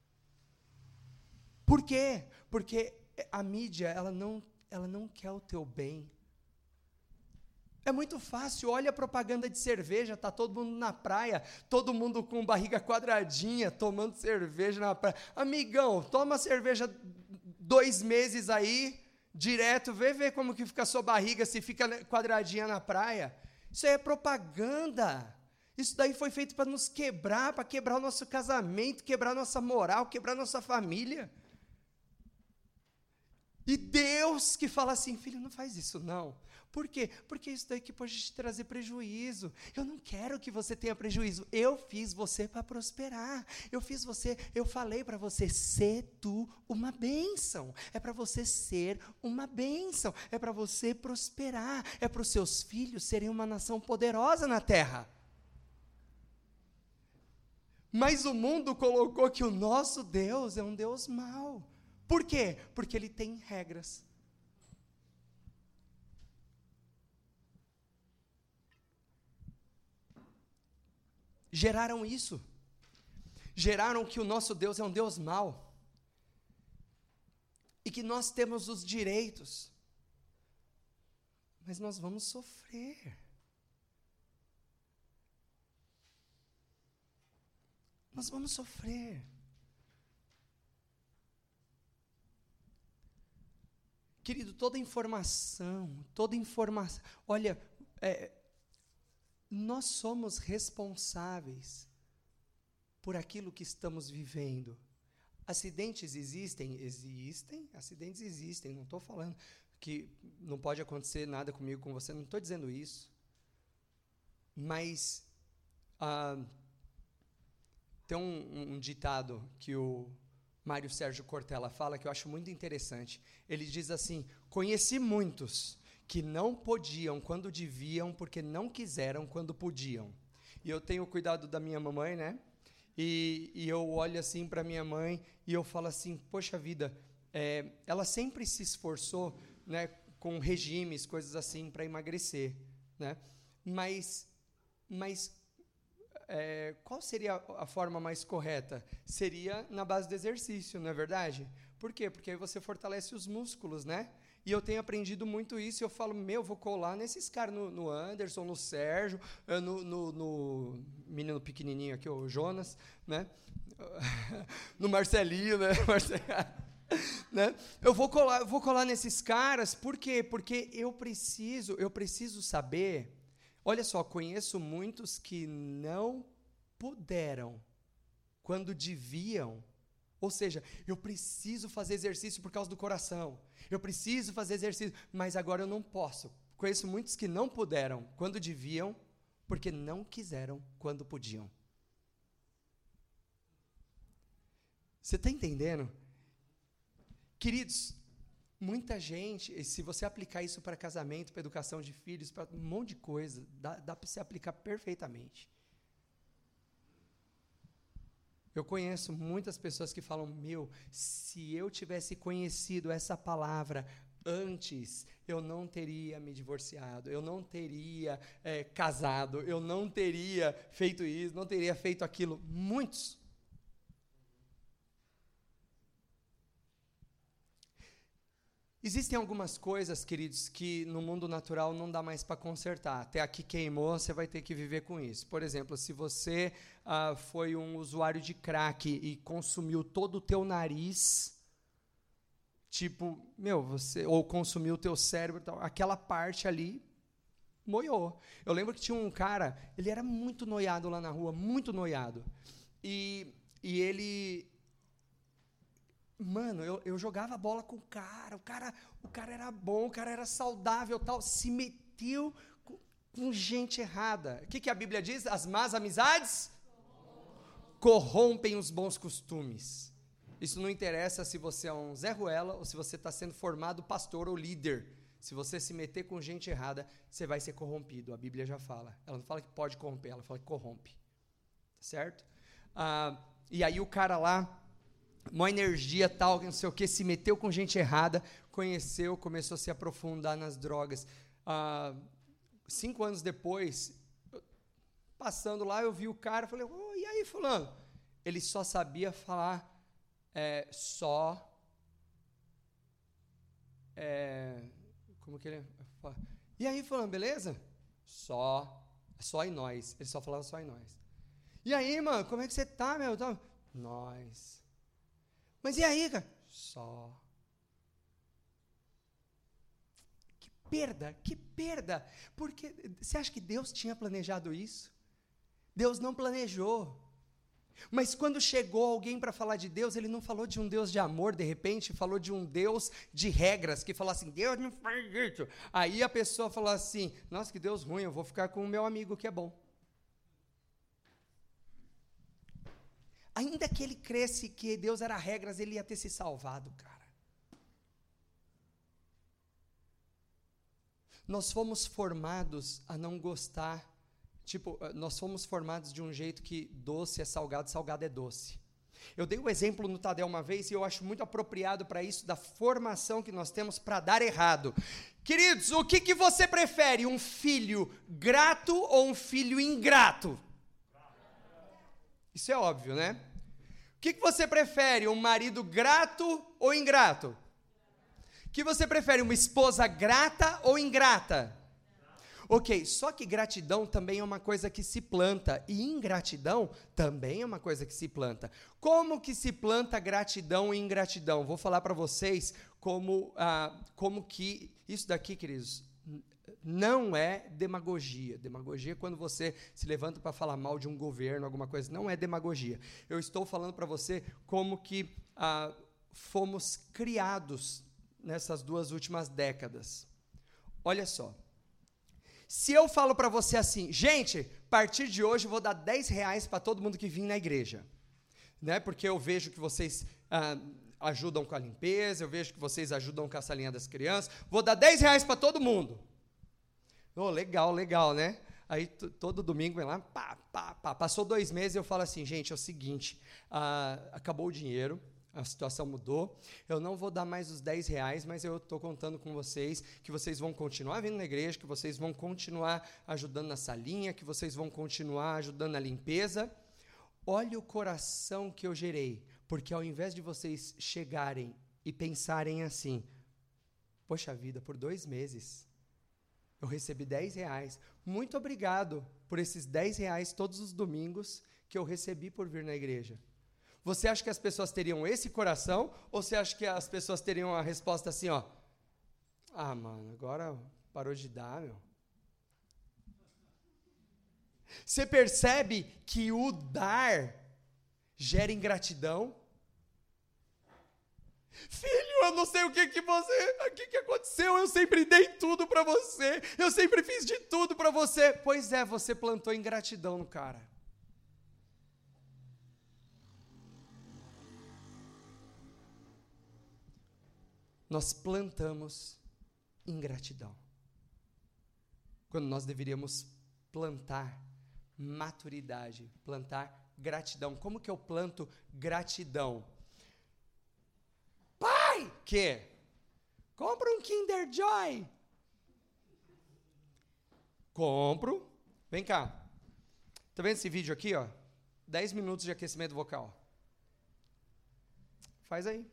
Por quê? Porque a mídia, ela não, ela não quer o teu bem. É muito fácil, olha a propaganda de cerveja, está todo mundo na praia, todo mundo com barriga quadradinha, tomando cerveja na praia. Amigão, toma cerveja dois meses aí, direto, vê, vê como que fica a sua barriga, se fica quadradinha na praia. Isso aí é propaganda. Isso daí foi feito para nos quebrar, para quebrar o nosso casamento, quebrar nossa moral, quebrar nossa família. E Deus que fala assim, filho, não faz isso não. Por quê? Porque isso daí que pode te trazer prejuízo. Eu não quero que você tenha prejuízo. Eu fiz você para prosperar. Eu fiz você, eu falei para você, ser tu uma bênção. É para você ser uma bênção. É para você prosperar. É para os seus filhos serem uma nação poderosa na terra. Mas o mundo colocou que o nosso Deus é um Deus mau. Por quê? Porque Ele tem regras. Geraram isso. Geraram que o nosso Deus é um Deus mau. E que nós temos os direitos. Mas nós vamos sofrer. Nós vamos sofrer. Querido, toda informação, toda informação, olha, é, nós somos responsáveis por aquilo que estamos vivendo. Acidentes existem? Existem, acidentes existem, não estou falando que não pode acontecer nada comigo, com você, não estou dizendo isso. Mas ah, tem um, um ditado que o Mário Sérgio Cortella fala, que eu acho muito interessante. Ele diz assim, conheci muitos que não podiam quando deviam, porque não quiseram quando podiam. E eu tenho cuidado da minha mamãe, né? E, e eu olho assim para minha mãe e eu falo assim, poxa vida, é, ela sempre se esforçou, né, com regimes, coisas assim, para emagrecer, né? Mas, mas é, qual seria a, a forma mais correta? Seria na base do exercício, não é verdade? Por quê? Porque aí você fortalece os músculos, né? E eu tenho aprendido muito isso, e eu falo, meu, vou colar nesses caras, no, no Anderson, no Sérgio, no, no, no menino pequenininho aqui, o Jonas, né? No Marcelinho, né? Né? Eu vou colar, eu vou colar nesses caras, por quê? Porque eu preciso, eu preciso saber, olha só, conheço muitos que não puderam, quando deviam. Ou seja, eu preciso fazer exercício por causa do coração. Eu preciso fazer exercício, mas agora eu não posso. Conheço muitos que não puderam quando deviam, porque não quiseram quando podiam. Você está entendendo? Queridos, muita gente, se você aplicar isso para casamento, para educação de filhos, para um monte de coisa, dá, dá para você aplicar perfeitamente. Eu conheço muitas pessoas que falam, meu, se eu tivesse conhecido essa palavra antes, eu não teria me divorciado, eu não teria é, casado, eu não teria feito isso, não teria feito aquilo. Muitos. Existem algumas coisas, queridos, que no mundo natural não dá mais para consertar. Até aqui queimou, você vai ter que viver com isso. Por exemplo, se você ah, foi um usuário de crack e consumiu todo o teu nariz, tipo, meu, você, ou consumiu o teu cérebro, aquela parte ali moiou. Eu lembro que tinha um cara, ele era muito noiado lá na rua, muito noiado. E, e ele... Mano, eu, eu jogava bola com o cara, o cara, o cara era bom, o cara era saudável, tal, se meteu com, com gente errada. O que, que a Bíblia diz? As más amizades corrompem os bons costumes. Isso não interessa se você é um Zé Ruela ou se você está sendo formado pastor ou líder. Se você se meter com gente errada, você vai ser corrompido. A Bíblia já fala. Ela não fala que pode corromper, ela fala que corrompe. Certo? Ah, e aí o cara lá, uma energia tal, não sei o que, se meteu com gente errada, conheceu, começou a se aprofundar nas drogas. Ah, cinco anos depois, passando lá, eu vi o cara, falei, oh, e aí, fulano? Ele só sabia falar é, só, é, como que ele fala? E aí, fulano, beleza? Só, só em nós. Ele só falava só em nós. E aí, mano, como é que você tá, meu? Nós. Mas e aí, cara? Só. Que perda, que perda. Porque você acha que Deus tinha planejado isso? Deus não planejou. Mas quando chegou alguém para falar de Deus, ele não falou de um Deus de amor, de repente, falou de um Deus de regras, que falou assim, Deus não faz isso. Aí a pessoa falou assim, nossa, que Deus ruim, eu vou ficar com o meu amigo que é bom. Ainda que ele cresce que Deus era regras, ele ia ter se salvado, cara. Nós fomos formados a não gostar, tipo, nós fomos formados de um jeito que doce é salgado, salgado é doce. Eu dei o um exemplo no Tadel uma vez e eu acho muito apropriado para isso, da formação que nós temos para dar errado. Queridos, o que, que você prefere, um filho grato ou um filho ingrato? Isso é óbvio, né? O que, que você prefere, um marido grato ou ingrato? O que você prefere, uma esposa grata ou ingrata? Ok, só que gratidão também é uma coisa que se planta, e ingratidão também é uma coisa que se planta. Como que se planta gratidão e ingratidão? Vou falar para vocês como, ah, como que, isso daqui, queridos, não é demagogia. Demagogia é quando você se levanta para falar mal de um governo, alguma coisa. Não é demagogia. Eu estou falando para você como que ah, fomos criados nessas duas últimas décadas. Olha só. Se eu falo para você assim, gente, a partir de hoje eu vou dar dez reais para todo mundo que vir na igreja. Né? Porque eu vejo que vocês ah, ajudam com a limpeza, eu vejo que vocês ajudam com a salinha das crianças, vou dar dez reais para todo mundo. Oh, legal, legal, né? Aí t- todo domingo vem lá, pá, pá, pá. Passou dois meses e eu falo assim, gente, é o seguinte, ah, acabou o dinheiro, a situação mudou, eu não vou dar mais os dez reais, mas eu estou contando com vocês que vocês vão continuar vindo na igreja, que vocês vão continuar ajudando na salinha, que vocês vão continuar ajudando na limpeza. Olha o coração que eu gerei, porque ao invés de vocês chegarem e pensarem assim, poxa vida, por dois meses, eu recebi dez reais, muito obrigado por esses dez reais todos os domingos que eu recebi por vir na igreja. Você acha que as pessoas teriam esse coração, ou você acha que as pessoas teriam a resposta assim, ó, ah, mano, agora parou de dar, meu. Você percebe que o dar gera ingratidão? Filho, eu não sei o que que você, o que que aconteceu, eu sempre dei tudo para você, eu sempre fiz de tudo para você. Pois é, você plantou ingratidão no cara. Nós plantamos ingratidão, quando nós deveríamos plantar maturidade, plantar gratidão. Como que eu planto gratidão? Pai, que? Compra um Kinder Joy. Compro. Vem cá. Tá vendo esse vídeo aqui, ó? dez minutos de aquecimento vocal. Faz aí.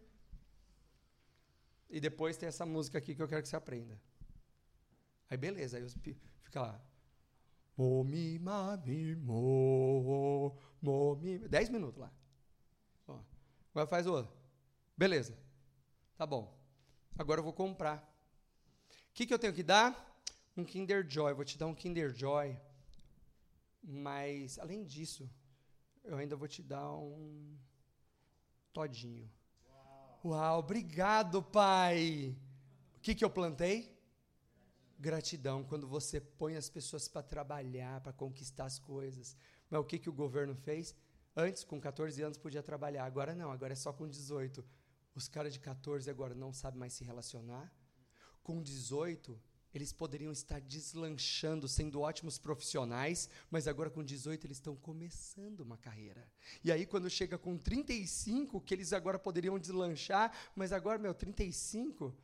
E depois tem essa música aqui que eu quero que você aprenda. Aí beleza, aí fica lá. Mo, mi, ma, mi, mo, mo, mi. Dez minutos lá. Ó, agora faz o outro. Beleza. Tá bom. Agora eu vou comprar. O que, que eu tenho que dar? Um Kinder Joy. Vou te dar um Kinder Joy. Mas, além disso, eu ainda vou te dar um todinho. Uau, obrigado, pai. O que, que eu plantei? Gratidão, quando você põe as pessoas para trabalhar, para conquistar as coisas. Mas o que, que o governo fez? Antes, com catorze anos, podia trabalhar. Agora não, agora é só com dezoito. Os caras de catorze agora não sabem mais se relacionar. Com dezoito, eles poderiam estar deslanchando, sendo ótimos profissionais, mas agora com dezoito eles estão começando uma carreira. E aí quando chega com trinta e cinco, que eles agora poderiam deslanchar, mas agora, meu, trinta e cinco...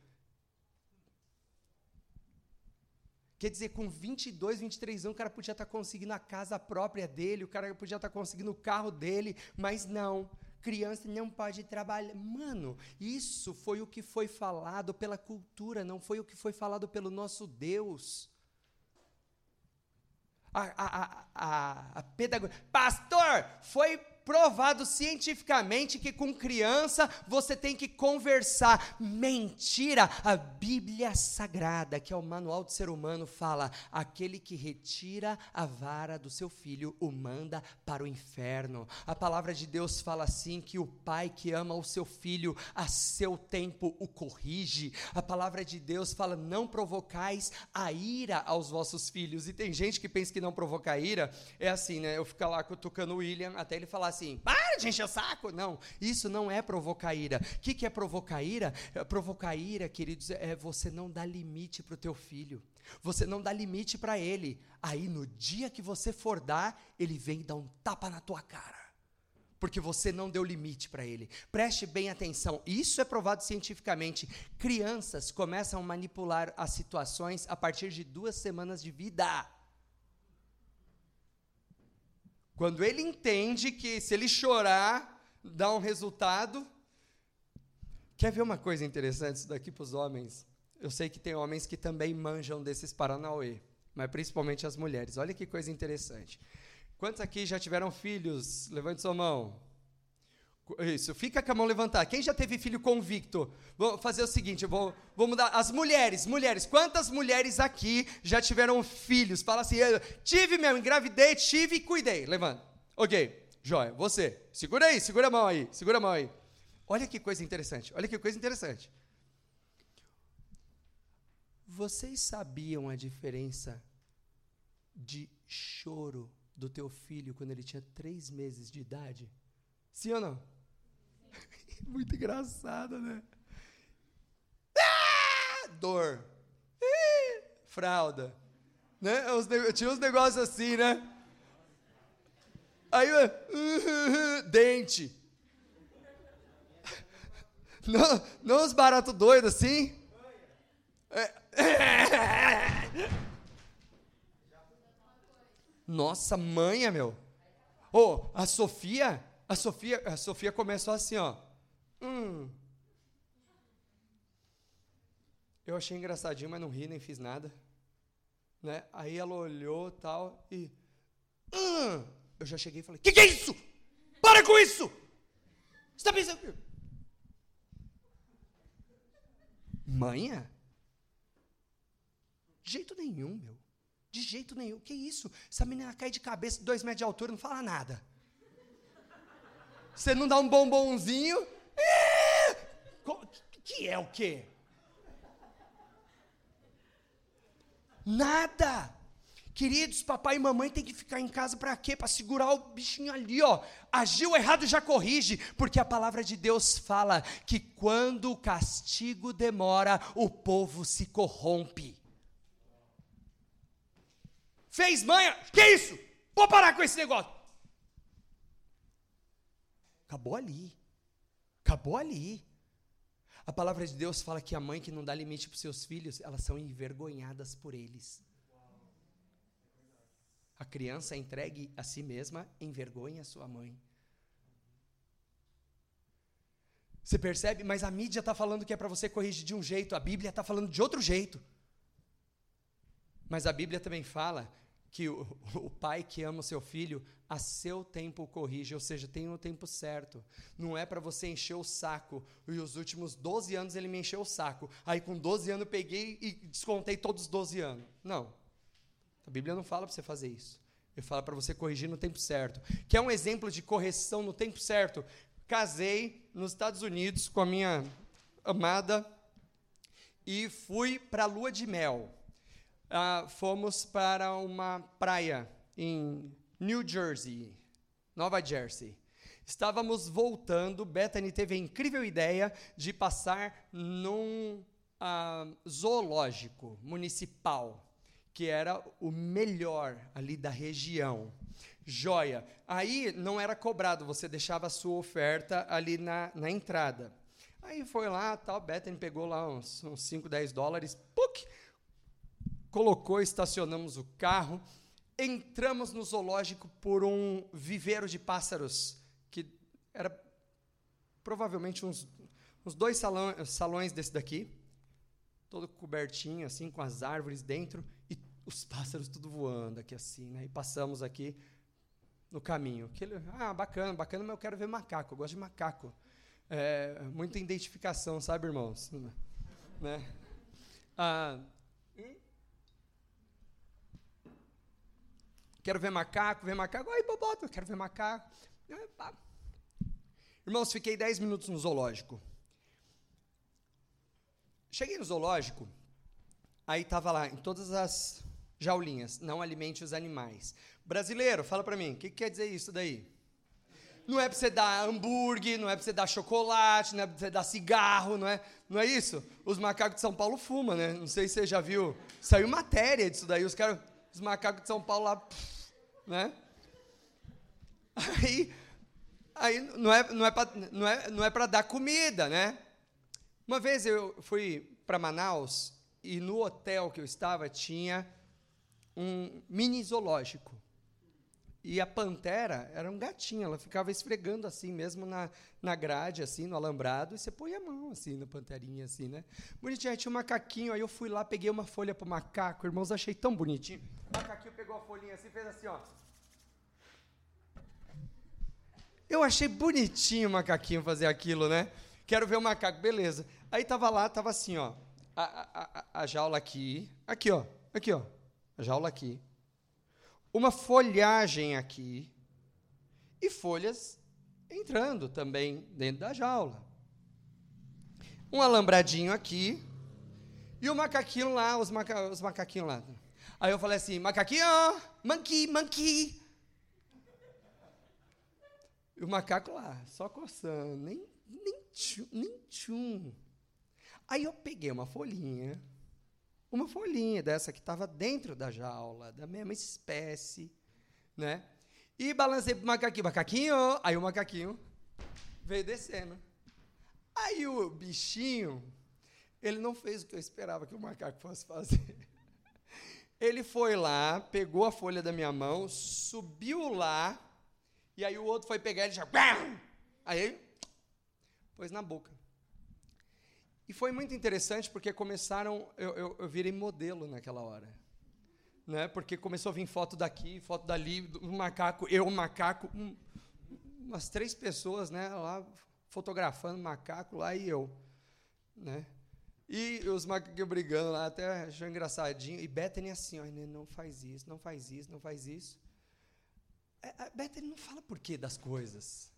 Quer dizer, com vinte e dois, vinte e três anos, o cara podia estar conseguindo a casa própria dele, o cara podia estar conseguindo o carro dele, mas não. Criança não pode trabalhar. Mano, isso foi o que foi falado pela cultura, não foi o que foi falado pelo nosso Deus. A, a, a, a, a pedagogia. Pastor, foi provado cientificamente que com criança você tem que conversar. Mentira! A Bíblia Sagrada, que é o manual do ser humano, fala: aquele que retira a vara do seu filho o manda para o inferno. A palavra de Deus fala assim, que o pai que ama o seu filho a seu tempo o corrige. A palavra de Deus fala: não provocais a ira aos vossos filhos. E tem gente que pensa que não provocar ira é assim, né? Eu ficar lá cutucando o William até ele falar assim, para de encher o saco. Não, isso não é provocar ira. O que, que é provocar ira? Provocar ira, queridos, é você não dar limite para o teu filho. Você não dá limite para ele. Aí no dia que você for dar, ele vem dar um tapa na tua cara. Porque você não deu limite para ele. Preste bem atenção, isso é provado cientificamente. Crianças começam a manipular as situações a partir de duas semanas de vida. Quando ele entende que se ele chorar, dá um resultado. Quer ver uma coisa interessante isso daqui para os homens? Eu sei que tem homens que também manjam desses paranauê, mas principalmente as mulheres. Olha que coisa interessante. Quantos aqui já tiveram filhos? Levante sua mão. Isso, fica com a mão levantada. Quem já teve filho convicto? Vou fazer o seguinte, eu vou, vou mudar. As mulheres, mulheres, quantas mulheres aqui já tiveram filhos? Fala assim, tive mesmo, engravidei, tive e cuidei. Levanta. Ok, joia, você. Segura aí, segura a mão aí, segura a mão aí. Olha que coisa interessante, olha que coisa interessante. Vocês sabiam a diferença de choro do teu filho quando ele tinha três meses de idade? Sim ou não? Muito engraçado, né? Ah, dor. Ih, fralda. Né? Eu tinha uns negócios assim, né? Aí, uh, uh, uh, dente. Não, não os baratos doidos assim. Nossa, manha, meu. Ô, oh, a Sofia, a Sofia, a Sofia começou assim, ó. Hum. Eu achei engraçadinho, mas não ri, nem fiz nada. Né? Aí ela olhou e tal, e... Hum. Eu já cheguei e falei, que que é isso? Para com isso! Você está pensando... Manha? De jeito nenhum, meu. De jeito nenhum. Que isso? Essa menina cai de cabeça, dois metros de altura, não fala nada. Você não dá um bombonzinho... É... Que é o quê? Nada. Queridos, papai e mamãe tem que ficar em casa para quê? Para segurar o bichinho ali, ó. Agiu errado, já corrige, porque a palavra de Deus fala que quando o castigo demora, o povo se corrompe. Fez manha? Que isso? Vou parar com esse negócio. Acabou ali. Acabou ali. A palavra de Deus fala que a mãe que não dá limite para os seus filhos, elas são envergonhadas por eles. A criança entregue a si mesma envergonha a sua mãe. Você percebe? Mas a mídia está falando que é para você corrigir de um jeito, a Bíblia está falando de outro jeito. Mas a Bíblia também fala que o, o pai que ama o seu filho, a seu tempo o corrige, ou seja, tem o tempo certo. Não é para você encher o saco. E os últimos doze anos ele me encheu o saco. Aí com doze anos eu peguei e descontei todos os doze anos. Não. A Bíblia não fala para você fazer isso. Ele fala para você corrigir no tempo certo. Quer um exemplo de correção no tempo certo? Casei nos Estados Unidos com a minha amada e fui para a lua de mel. Ah, fomos para uma praia em New Jersey, Nova Jersey. Estávamos voltando, Bethany teve a incrível ideia de passar num ah, zoológico municipal, que era o melhor ali da região. Joia. Aí não era cobrado, você deixava a sua oferta ali na, na entrada. Aí foi lá, tal, Bethany pegou lá uns, uns cinco, dez dólares, puc, colocou, estacionamos o carro, entramos no zoológico por um viveiro de pássaros, que era provavelmente uns, uns dois salão, salões desse daqui, todo cobertinho, assim, com as árvores dentro, e os pássaros tudo voando aqui assim, né? E passamos aqui no caminho. Aquele, ah, bacana, bacana, mas eu quero ver macaco, eu gosto de macaco. É, muita identificação, sabe, irmãos? Né? Ah, quero ver macaco, ver macaco. Ai, bobota, eu quero ver macaco. Irmãos, fiquei dez minutos no zoológico. Cheguei no zoológico, aí estava lá, em todas as jaulinhas, não alimente os animais. Brasileiro, fala para mim, o que, que quer dizer isso daí? Não é para você dar hambúrguer, não é para você dar chocolate, não é para você dar cigarro, não é, não é isso? Os macacos de São Paulo fumam, né? Não sei se você já viu, saiu matéria disso daí, os caras, os macacos de São Paulo lá, pff, né? Aí, aí não é, não é para não é, não é para dar comida, né? Uma vez eu fui para Manaus e no hotel que eu estava tinha um mini zoológico. E a pantera era um gatinho, ela ficava esfregando assim mesmo na, na grade, assim, no alambrado, e você põe a mão assim na panterinha, assim, né? Bonitinho, aí tinha um macaquinho, aí eu fui lá, peguei uma folha pro macaco, irmãos, achei tão bonitinho. O macaquinho pegou a folhinha assim, fez assim, ó. Eu achei bonitinho o macaquinho fazer aquilo, né? Quero ver o macaco, beleza. Aí tava lá, tava assim, ó, a, a, a, a jaula aqui, aqui, ó, aqui, ó, a jaula aqui. Uma folhagem aqui e folhas entrando também dentro da jaula. Um alambradinho aqui e o macaquinho lá, os, maca, os macaquinhos lá. Aí eu falei assim, macaquinho, monkey, monkey. E o macaco lá, só coçando, nem, nem, tchum, nem tchum. Aí eu peguei uma folhinha, uma folhinha dessa que estava dentro da jaula, da mesma espécie, né? E balancei pro macaquinho, macaquinho, aí o macaquinho veio descendo. Aí o bichinho, ele não fez o que eu esperava que o macaco fosse fazer. Ele foi lá, pegou a folha da minha mão, subiu lá, e aí o outro foi pegar ele já... Aí, pôs na boca. E foi muito interessante, porque começaram... Eu, eu, eu virei modelo naquela hora. Né? Porque começou a vir foto daqui, foto dali, um macaco, eu, um macaco, um, umas três pessoas, né, lá fotografando o macaco, lá e eu. Né? E os macacos brigando lá, até achou engraçadinho. E Bethany assim, ó, não faz isso, não faz isso, não faz isso. A Bethany não fala por quê das coisas.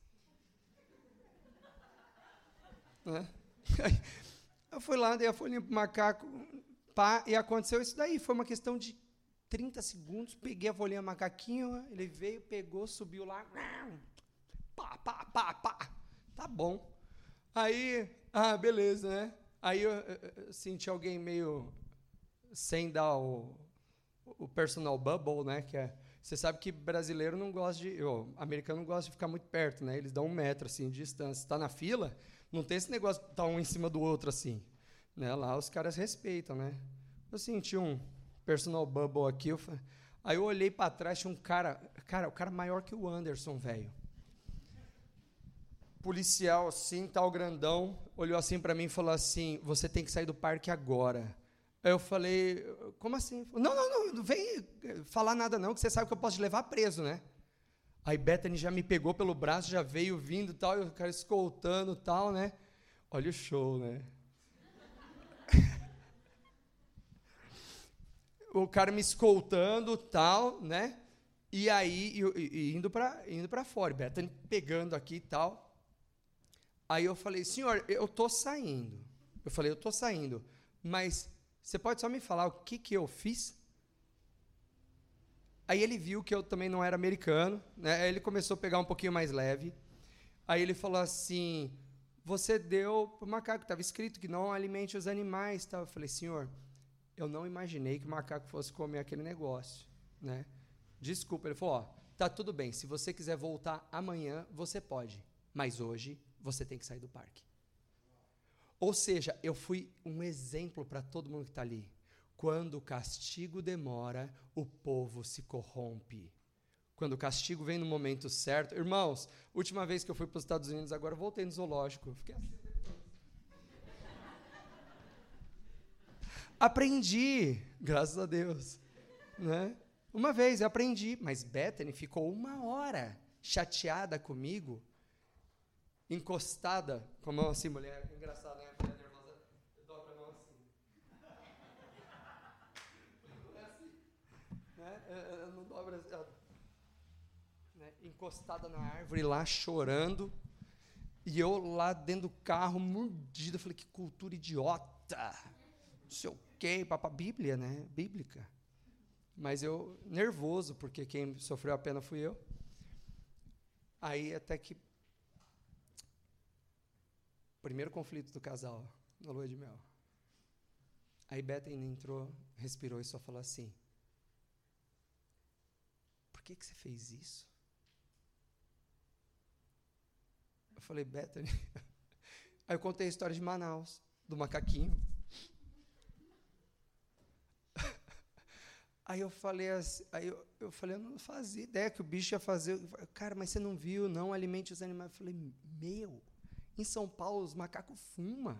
Né? Eu fui lá, dei a folhinha pro macaco, pá, e aconteceu isso daí. Foi uma questão de trinta segundos, peguei a folhinha macaquinho, ele veio, pegou, subiu lá, pá, pá, pá, pá. Tá bom. Aí, ah, beleza, né? Aí eu, eu, eu senti alguém meio sem dar o, o personal bubble, né? Que é, você sabe que brasileiro não gosta de... Oh, americano não gosta de ficar muito perto, né? Eles dão um metro, assim, de distância. Está na fila, não tem esse negócio de estar um em cima do outro, assim. Né? Lá os caras respeitam, né? Eu senti um personal bubble aqui. Eu, aí eu olhei para trás, tinha um cara... Cara, o cara maior que o Anderson, velho. Policial, assim, tal, grandão, olhou assim para mim e falou assim, você tem que sair do parque agora. Aí eu falei, como assim? Não, não, não, não vem falar nada não, que você sabe que eu posso te levar preso, né? Aí Bethany já me pegou pelo braço, já veio vindo e tal, e o cara escoltando e tal, né? Olha o show, né? O cara me escoltando e tal, né? E aí, e, e indo para indo para fora, Bethany pegando aqui e tal. Aí eu falei, senhor, eu estou saindo. Eu falei, eu estou saindo, mas você pode só me falar o que, que eu fiz? Aí ele viu que eu também não era americano, né? Aí ele começou a pegar um pouquinho mais leve. Aí ele falou assim, você deu para o macaco, estava escrito que não alimente os animais. Tal. Eu falei, senhor, eu não imaginei que o macaco fosse comer aquele negócio. Né? Desculpa. Ele falou, ó, tá tudo bem, se você quiser voltar amanhã, você pode, mas hoje... você tem que sair do parque. Ou seja, eu fui um exemplo para todo mundo que está ali. Quando o castigo demora, o povo se corrompe. Quando o castigo vem no momento certo... Irmãos, última vez que eu fui para os Estados Unidos, agora eu voltei no zoológico. Fiquei assim. Aprendi, graças a Deus. Né? Uma vez eu aprendi, mas Bethany ficou uma hora chateada comigo, encostada com a mão assim, mulher, engraçado, né? A mulher nervosa, eu dobro a mão assim. Não é assim. Né? Eu, eu não dobro assim. Eu, né? Encostada na árvore lá, chorando. E eu lá dentro do carro, mordido. Eu falei, que cultura idiota. Não sei o quê, papá, Bíblia, né? Bíblica. Mas eu, nervoso, porque quem sofreu a pena fui eu. Aí até que primeiro conflito do casal, na lua de mel. Aí Bethany entrou, respirou e só falou assim, por que, que você fez isso? Eu falei, Bethany... Aí eu contei a história de Manaus, do macaquinho. Aí eu falei assim, aí eu, eu falei, eu não fazia ideia que o bicho ia fazer. Falei, cara, mas você não viu, não alimente os animais. Eu falei, meu... Em São Paulo, os macacos fumam.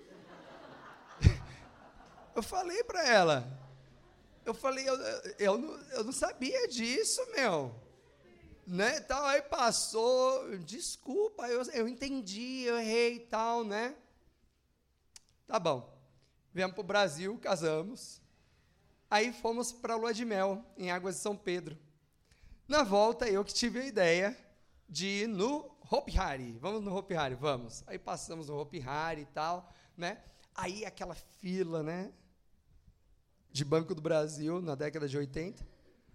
Eu falei para ela. Eu falei, eu, eu, não, eu não sabia disso, meu. Né, tal, aí passou, desculpa, eu, eu entendi, eu errei e tal, né? Tá bom. Viemos para o Brasil, casamos. Aí fomos para a lua de mel, em Águas de São Pedro. Na volta, eu que tive a ideia de ir no Hopi Hari, vamos no Hopi Hari, vamos. Aí passamos no Hopi Hari e tal, né? Aí aquela fila, né? De Banco do Brasil, na década de oitenta.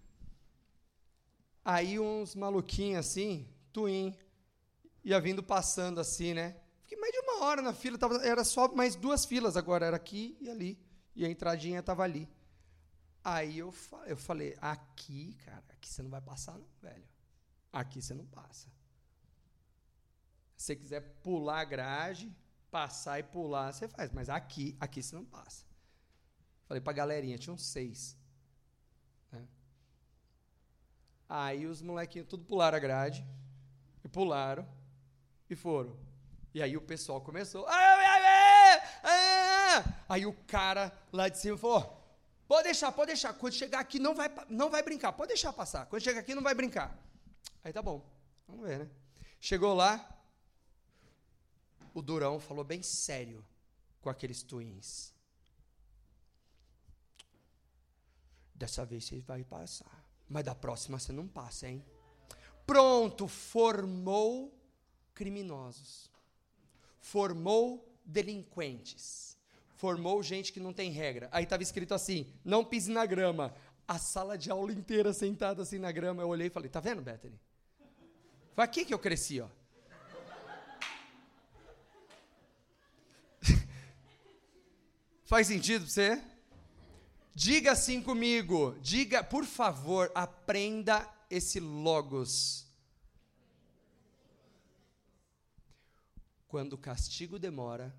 Aí uns maluquinhos assim, twin, ia vindo passando assim, né? Fiquei mais de uma hora na fila, tava, era só mais duas filas agora, era aqui e ali. E a entradinha estava ali. Aí eu, eu falei, aqui, cara, aqui você não vai passar não, velho. Aqui você não passa. Se você quiser pular a grade, Passar e pular, você faz. Mas aqui, aqui você não passa. Falei pra galerinha, tinha uns seis. Né? Aí os molequinhos tudo pularam a grade. E pularam. E foram. E aí o pessoal começou. Aí o cara lá de cima falou, pode deixar, pode deixar. Quando chegar aqui não vai, não vai brincar. Pode deixar passar. Quando chegar aqui não vai brincar. Aí tá bom. Vamos ver, né? Chegou lá. O Durão falou bem sério com aqueles twins. Dessa vez você vai passar. Mas da próxima você não passa, hein? Pronto, formou criminosos. Formou delinquentes. Formou gente que não tem regra. Aí estava escrito assim, não pise na grama. A sala de aula inteira sentada assim na grama. Eu olhei e falei, tá vendo, Bethany? Foi aqui que eu cresci, ó. Faz sentido para você? Diga assim comigo. Diga, por favor, aprenda esse logos. Quando o castigo demora,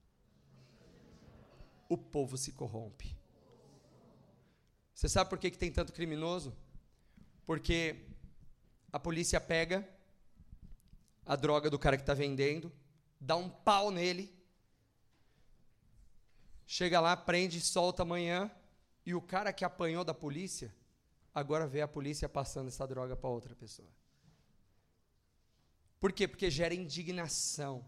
o povo se corrompe. Você sabe por que, que tem tanto criminoso? Porque a polícia pega a droga do cara que está vendendo, dá um pau nele, chega lá, prende, solta amanhã, e o cara que apanhou da polícia, agora vê a polícia passando essa droga para outra pessoa. Por quê? Porque gera indignação.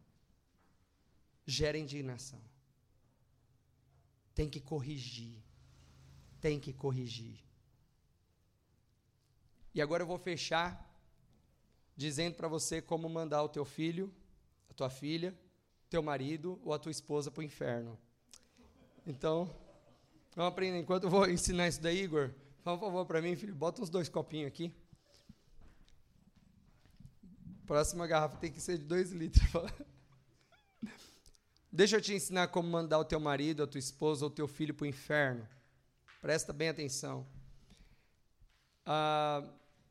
Gera indignação. Tem que corrigir. Tem que corrigir. E agora eu vou fechar dizendo para você como mandar o teu filho, a tua filha, teu marido ou a tua esposa para o inferno. Então, vamos aprender. Enquanto eu vou ensinar isso daí, Igor, faz um favor para mim, filho, bota uns dois copinhos aqui. Próxima garrafa tem que ser de dois litros. Deixa eu te ensinar como mandar o teu marido, a tua esposa ou o teu filho para o inferno. Presta bem atenção. Ah,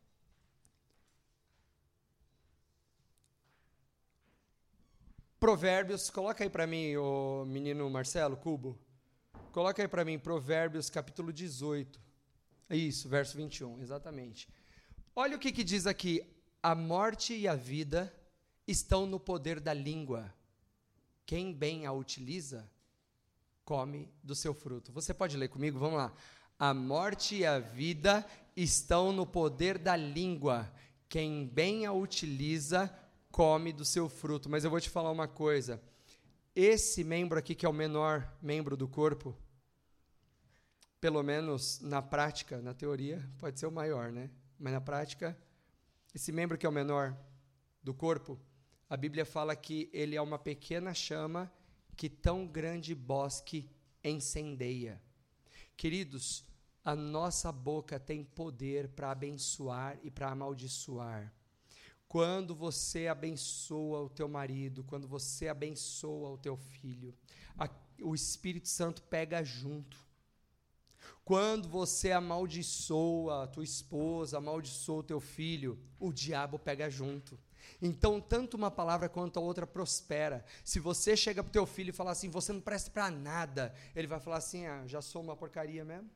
Provérbios, coloca aí para mim, o menino Marcelo Cubo. Coloca aí para mim, Provérbios capítulo dezoito. Isso, verso vinte e um, exatamente. Olha o que, que diz aqui. A morte e a vida estão no poder da língua. Quem bem a utiliza, come do seu fruto. Você pode ler comigo? Vamos lá. A morte e a vida estão no poder da língua. Quem bem a utiliza, come do seu fruto. Mas eu vou te falar uma coisa. Esse membro aqui, que é o menor membro do corpo, pelo menos na prática, na teoria, pode ser o maior, né? Mas na prática, esse membro que é o menor do corpo, a Bíblia fala que ele é uma pequena chama que tão grande bosque incendeia. Queridos, a nossa boca tem poder para abençoar e para amaldiçoar. Quando você abençoa o teu marido, quando você abençoa o teu filho, a, o Espírito Santo pega junto. Quando você amaldiçoa a tua esposa, amaldiçoa o teu filho, o diabo pega junto. Então, tanto uma palavra quanto a outra prospera. Se você chega para o teu filho e falar assim, você não presta para nada, ele vai falar assim, ah, já sou uma porcaria mesmo.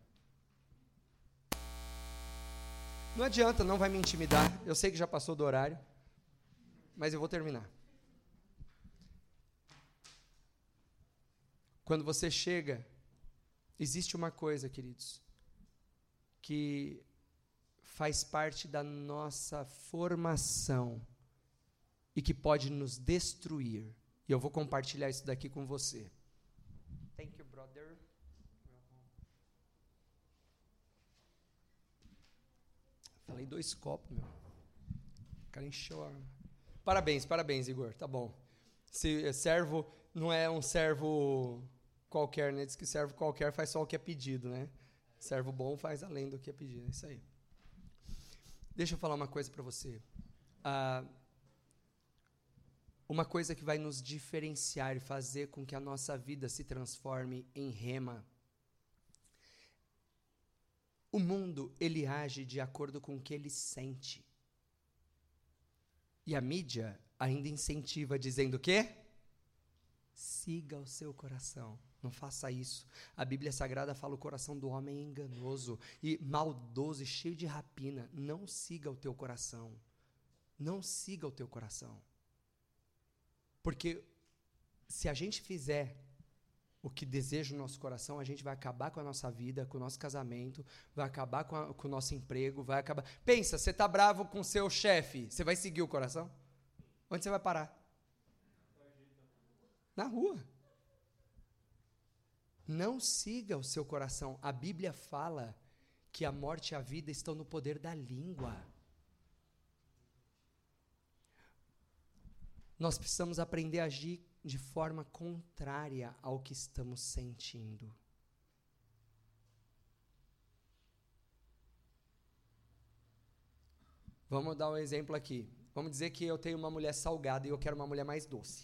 Não adianta, não vai me intimidar. Eu sei que já passou do horário, mas eu vou terminar. Quando você chega, existe uma coisa, queridos, que faz parte da nossa formação e que pode nos destruir. E eu vou compartilhar isso daqui com você. Thank you, brother. Falei dois copos, meu. O cara encheu a... Parabéns, parabéns, Igor. Tá bom. Se servo não é um servo qualquer, né? Diz que servo qualquer faz só o que é pedido, né? Servo bom faz além do que é pedido. É isso aí. Deixa eu falar uma coisa para você. Ah, uma coisa que vai nos diferenciar e fazer com que a nossa vida se transforme em rema. O mundo, ele age de acordo com o que ele sente. E a mídia ainda incentiva dizendo o quê? siga o seu coração. Não faça isso. A Bíblia Sagrada fala: o coração do homem é enganoso e maldoso e cheio de rapina. Não siga o teu coração. Não siga o teu coração. Porque se a gente fizer o que deseja o nosso coração, a gente vai acabar com a nossa vida, com o nosso casamento, vai acabar com, a, com o nosso emprego, vai acabar... Pensa, você está bravo com o seu chefe, você vai seguir o coração? Onde você vai parar? Na rua. Não siga o seu coração. A Bíblia fala que a morte e a vida estão no poder da língua. Nós precisamos aprender a agir de forma contrária ao que estamos sentindo. Vamos dar um exemplo aqui. Vamos dizer que eu tenho uma mulher salgada e eu quero uma mulher mais doce.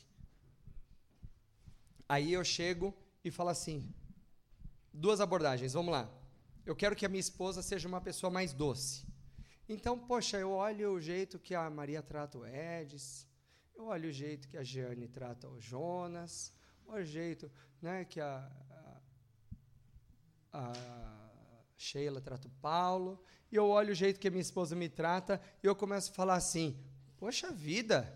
Aí eu chego e falo assim, duas abordagens, vamos lá. Eu quero que a minha esposa seja uma pessoa mais doce. Então, poxa, eu olho o jeito que a Maria trata o Edis, eu olho o jeito que a Jeane trata o Jonas, o jeito, né, que a, a, a Sheila trata o Paulo, e eu olho o jeito que a minha esposa me trata, e eu começo a falar assim, poxa vida.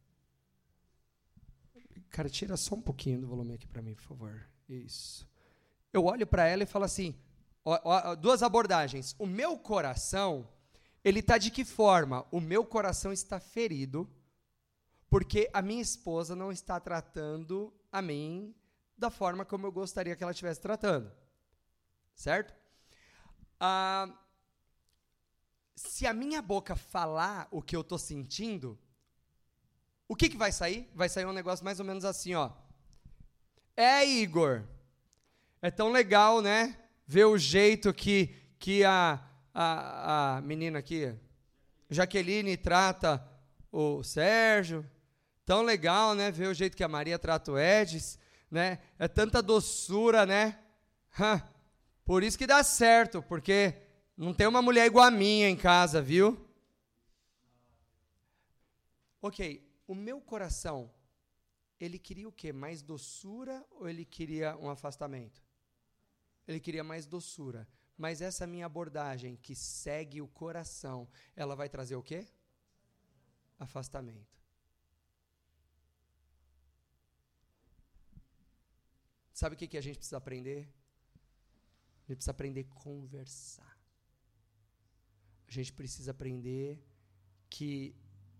Cara, tira só um pouquinho do volume aqui para mim, por favor. Isso. Eu olho para ela e falo assim, ó, ó, duas abordagens. O meu coração, ele está de que forma? O meu coração está ferido, porque a minha esposa não está tratando a mim da forma como eu gostaria que ela estivesse tratando. Certo? Ah, se a minha boca falar o que eu estou sentindo, o que, que vai sair? Vai sair um negócio mais ou menos assim, ó. É, Igor, é tão legal, né? Ver o jeito que, que a, a, a menina aqui, Jaqueline, trata o Sérgio. Tão legal, né? Ver o jeito que a Maria trata o Edis, né? É tanta doçura, né? Hã. Por isso que dá certo, porque não tem uma mulher igual a minha em casa, viu? Ok, o meu coração, ele queria o quê? Mais doçura ou ele queria um afastamento? Ele queria mais doçura. Mas essa minha abordagem, que segue o coração, ela vai trazer o quê? Afastamento. Sabe o que, que a gente precisa aprender? A gente precisa aprender a conversar. A gente precisa aprender que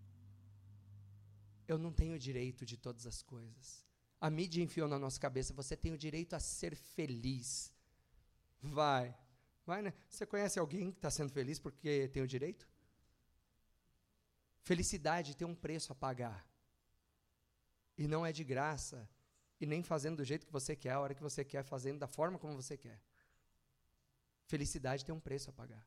eu não tenho direito de todas as coisas. A mídia enfiou na nossa cabeça, você tem o direito a ser feliz. Vai. Vai, né? Você conhece alguém que está sendo feliz porque tem o direito? Felicidade tem um preço a pagar. E não é de graça. E nem fazendo do jeito que você quer, a hora que você quer, fazendo da forma como você quer. Felicidade tem um preço a pagar.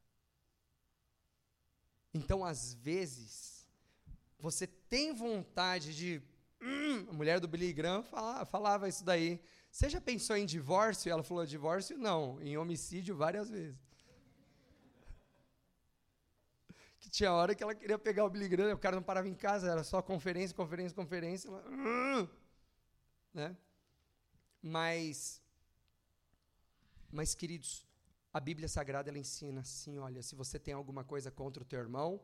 Então, às vezes, você tem vontade de... Hum, a mulher do Billy Graham falava, falava isso daí. Você já pensou em divórcio? Ela falou, divórcio não, em homicídio várias vezes. Que tinha hora que ela queria pegar o Billy Graham, o cara não parava em casa, era só conferência, conferência, conferência. Ela, hum, né? Mas, mas, queridos, a Bíblia Sagrada, ela ensina assim, olha, se você tem alguma coisa contra o teu irmão,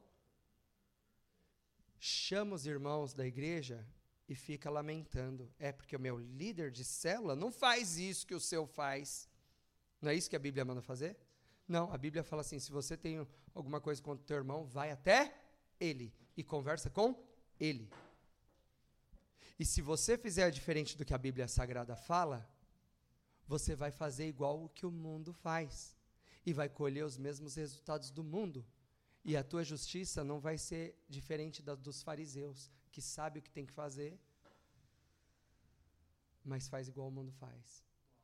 chama os irmãos da igreja e fica lamentando. É porque o meu líder de célula não faz isso que o seu faz. Não é isso que a Bíblia manda fazer? Não, a Bíblia fala assim, se você tem alguma coisa contra o teu irmão, vai até ele e conversa com ele. E se você fizer diferente do que a Bíblia Sagrada fala, você vai fazer igual o que o mundo faz. E vai colher os mesmos resultados do mundo. E a tua justiça não vai ser diferente da dos fariseus, que sabe o que tem que fazer, mas faz igual o mundo faz.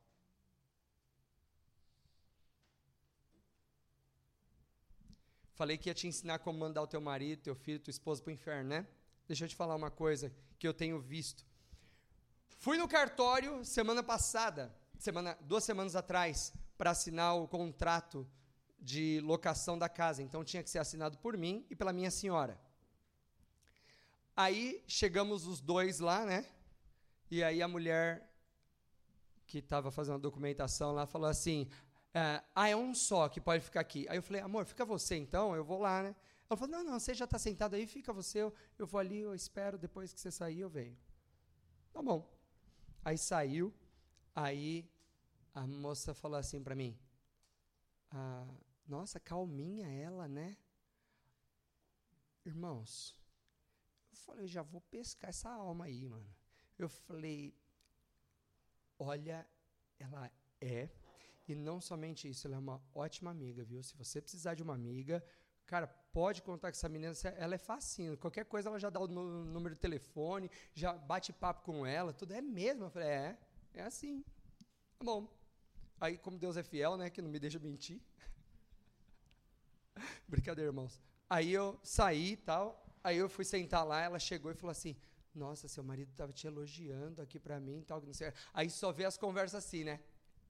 Falei que ia te ensinar como mandar o teu marido, teu filho, tua esposa para o inferno, né? Deixa eu te falar uma coisa que eu tenho visto. Fui no cartório semana passada, semana, duas semanas atrás, para assinar o contrato de locação da casa. Então, tinha que ser assinado por mim e pela minha senhora. Aí, chegamos os dois lá, né? E aí a mulher que estava fazendo a documentação lá falou assim, ah, ah, é um só que pode ficar aqui. Aí eu falei, amor, fica você então, eu vou lá, né? Ela falou, não, não, você já está sentado aí, fica você, eu, eu vou ali, eu espero, depois que você sair, eu venho. Tá bom. Aí saiu, aí a moça falou assim para mim, ah, nossa, calminha ela, né? Irmãos, eu falei, eu já vou pescar essa alma aí, mano. Eu falei, olha, ela é, e não somente isso, ela é uma ótima amiga, viu? Se você precisar de uma amiga, cara, pode contar com essa menina, ela é facinho, qualquer coisa ela já dá o número de telefone, já bate papo com ela, tudo é mesmo. Eu falei, é, é assim. Tá bom. Aí, como Deus é fiel, né, que não me deixa mentir. Brincadeira, irmãos. Aí eu saí e tal, aí eu fui sentar lá, ela chegou e falou assim, nossa, seu marido estava te elogiando aqui para mim, tal, que não sei. Aí só vê as conversas assim, né?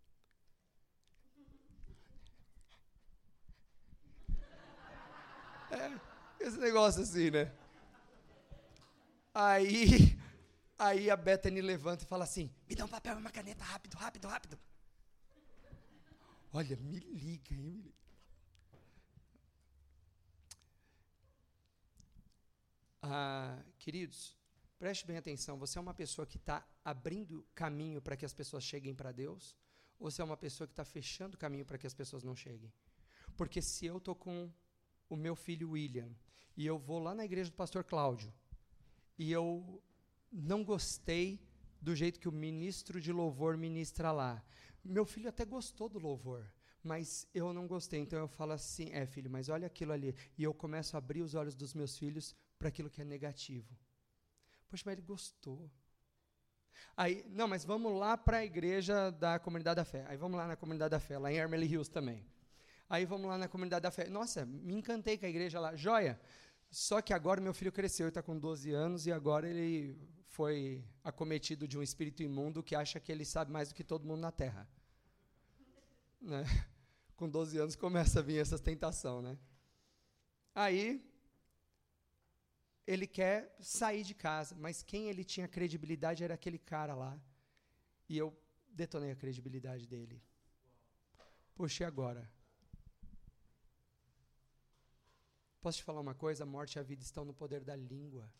É, esse negócio assim, né? Aí, aí a Bethany levanta e fala assim, me dá um papel e uma caneta, rápido, rápido, rápido. Olha, me liga, hein, me liga. Ah, queridos, preste bem atenção, você é uma pessoa que está abrindo caminho para que as pessoas cheguem para Deus, ou você é uma pessoa que está fechando caminho para que as pessoas não cheguem? Porque se eu estou com o meu filho William, e eu vou lá na igreja do pastor Cláudio, e eu não gostei do jeito que o ministro de louvor ministra lá, meu filho até gostou do louvor, mas eu não gostei, então eu falo assim, é filho, mas olha aquilo ali, e eu começo a abrir os olhos dos meus filhos para aquilo que é negativo. Poxa, mas ele gostou. Aí, não, mas vamos lá para a igreja da Comunidade da Fé. Aí vamos lá na Comunidade da Fé, lá em Armelly Hills também. Aí vamos lá na Comunidade da Fé. Nossa, me encantei com a igreja lá. Joia! Só que agora meu filho cresceu, ele está com doze anos, e agora ele foi acometido de um espírito imundo que acha que ele sabe mais do que todo mundo na Terra. Né? Com doze anos começa a vir essa tentação, né? Aí ele quer sair de casa, mas quem ele tinha credibilidade era aquele cara lá. E eu detonei a credibilidade dele. Poxa, e agora? Posso te falar uma coisa? A morte e a vida estão no poder da língua.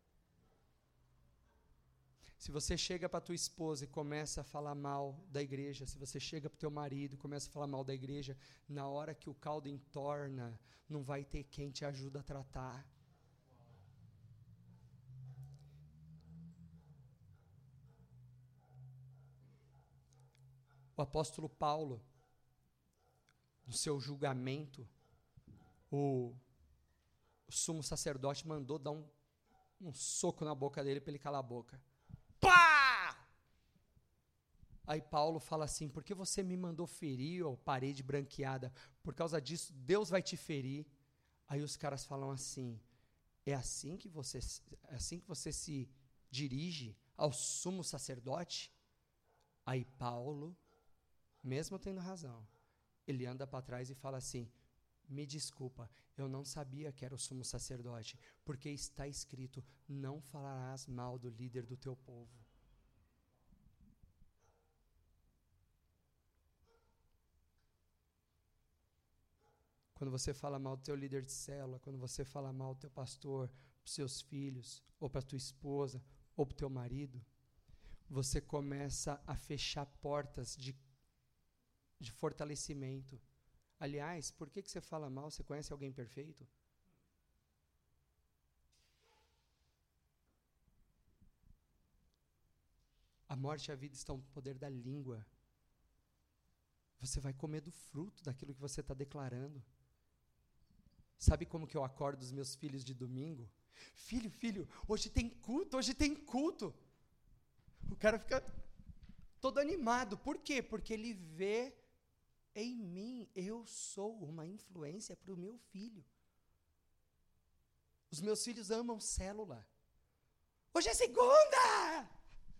Se você chega para tua esposa e começa a falar mal da igreja, se você chega para o teu marido e começa a falar mal da igreja, na hora que o caldo entorna, não vai ter quem te ajuda a tratar. O apóstolo Paulo, no seu julgamento, o, o sumo sacerdote mandou dar um, um soco na boca dele para ele calar a boca. Pá! Aí Paulo fala assim, por que você me mandou ferir, ó parede branqueada? Por causa disso, Deus vai te ferir. Aí os caras falam assim, é assim que você, é assim que você se dirige ao sumo sacerdote? Aí Paulo, mesmo tendo razão, ele anda para trás e fala assim, me desculpa, eu não sabia que era o sumo sacerdote, porque está escrito, não falarás mal do líder do teu povo. Quando você fala mal do teu líder de célula, quando você fala mal do teu pastor, para os seus filhos, ou para a tua esposa, ou para o teu marido, você começa a fechar portas de, de fortalecimento. Aliás, por que, que você fala mal? Você conhece alguém perfeito? A morte e a vida estão no poder da língua. Você vai comer do fruto daquilo que você está declarando. Sabe como que eu acordo os meus filhos de domingo? Filho, filho, hoje tem culto, hoje tem culto. O cara fica todo animado. Por quê? Porque ele vê em mim, eu sou uma influência para o meu filho. Os meus filhos amam célula. Hoje é segunda!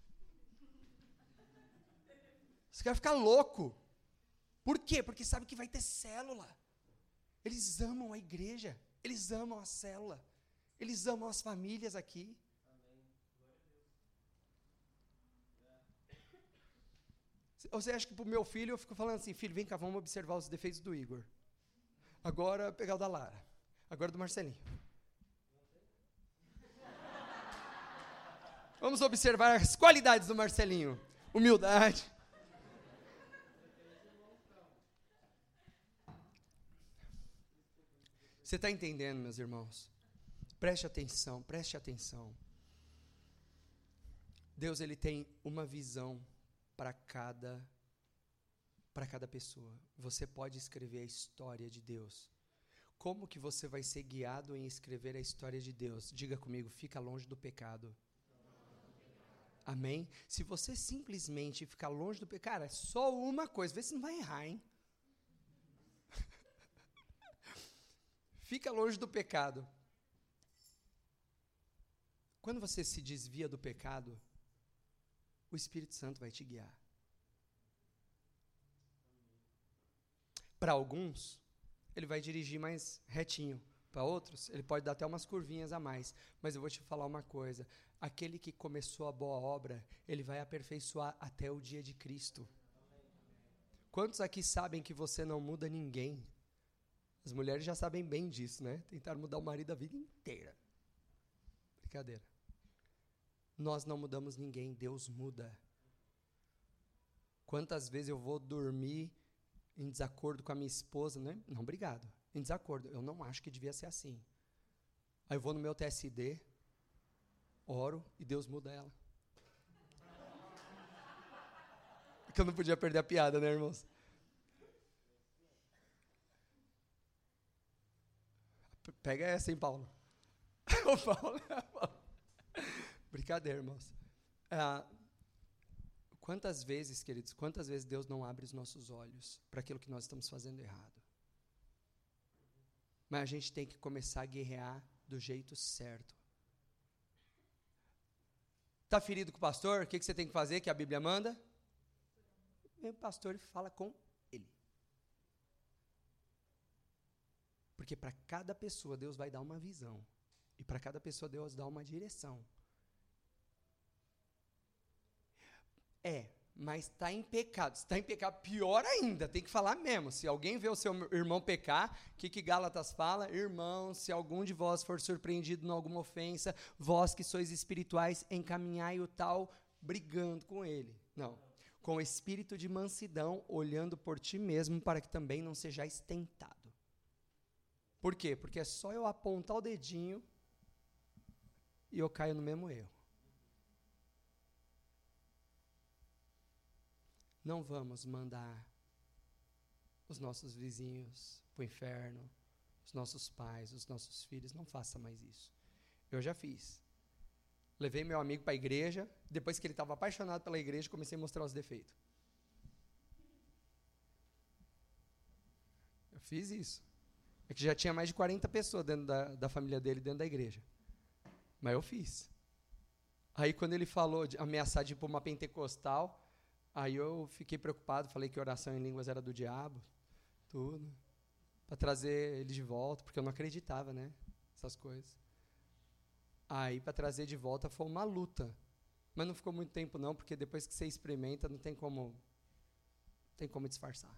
Você quer ficar louco. Por quê? Porque sabe que vai ter célula. Eles amam a igreja. Eles amam a célula. Eles amam as famílias aqui. Amém. Glória a Deus. Você acha que pro meu filho eu fico falando assim, filho, vem cá, vamos observar os defeitos do Igor. Agora pegar o da Lara. Agora do Marcelinho. Vamos observar as qualidades do Marcelinho. Humildade. Você está entendendo, meus irmãos? Preste atenção, preste atenção. Deus, ele tem uma visão para cada, para cada pessoa. Você pode escrever a história de Deus. Como que você vai ser guiado em escrever a história de Deus? Diga comigo, fica longe do pecado. Amém? Se você simplesmente ficar longe do pecado, cara, é só uma coisa, vê se não vai errar, hein? Fica longe do pecado. Quando você se desvia do pecado, o Espírito Santo vai te guiar. Para alguns, ele vai dirigir mais retinho. Para outros, ele pode dar até umas curvinhas a mais. Mas eu vou te falar uma coisa. Aquele que começou a boa obra, ele vai aperfeiçoar até o dia de Cristo. Quantos aqui sabem que você não muda ninguém? As mulheres já sabem bem disso, né? Tentaram mudar o marido a vida inteira. Brincadeira. Nós não mudamos ninguém, Deus muda. Quantas vezes eu vou dormir em desacordo com a minha esposa, né? Não, obrigado. Em desacordo. Eu não acho que devia ser assim. Aí eu vou no meu T S D, oro e Deus muda ela. Porque eu não podia perder a piada, né, irmãos? Pega essa, hein, Paulo? O Paulo, Paulo. Brincadeira, irmãos. Ah, quantas vezes, queridos, quantas vezes Deus não abre os nossos olhos para aquilo que nós estamos fazendo errado? Mas a gente tem que começar a guerrear do jeito certo. Está ferido com o pastor? O que, que você tem que fazer, que a Bíblia manda? Vem o pastor e fala com ele. Porque para cada pessoa Deus vai dar uma visão. E para cada pessoa Deus dá uma direção. É, mas está em pecado. Se está em pecado, pior ainda, tem que falar mesmo. Se alguém vê o seu irmão pecar, o que, que Gálatas fala? Irmão, se algum de vós for surpreendido em alguma ofensa, vós que sois espirituais, encaminhai o tal brigando com ele. Não, com espírito de mansidão, olhando por ti mesmo, para que também não sejais tentado. Por quê? Porque é só eu apontar o dedinho e eu caio no mesmo erro. Não vamos mandar os nossos vizinhos para o inferno, os nossos pais, os nossos filhos. Não faça mais isso. Eu já fiz. Levei meu amigo para a igreja, depois que ele estava apaixonado pela igreja, comecei a mostrar os defeitos. Eu fiz isso. É que já tinha mais de quarenta pessoas dentro da, da família dele, dentro da igreja. Mas eu fiz. Aí quando ele falou de ameaçar de ir para uma pentecostal, aí eu fiquei preocupado, falei que oração em línguas era do diabo, tudo, para trazer ele de volta, porque eu não acreditava, né, essas coisas. Aí, para trazer de volta, foi uma luta. Mas não ficou muito tempo, não, porque depois que você experimenta, não tem como, não tem como disfarçar.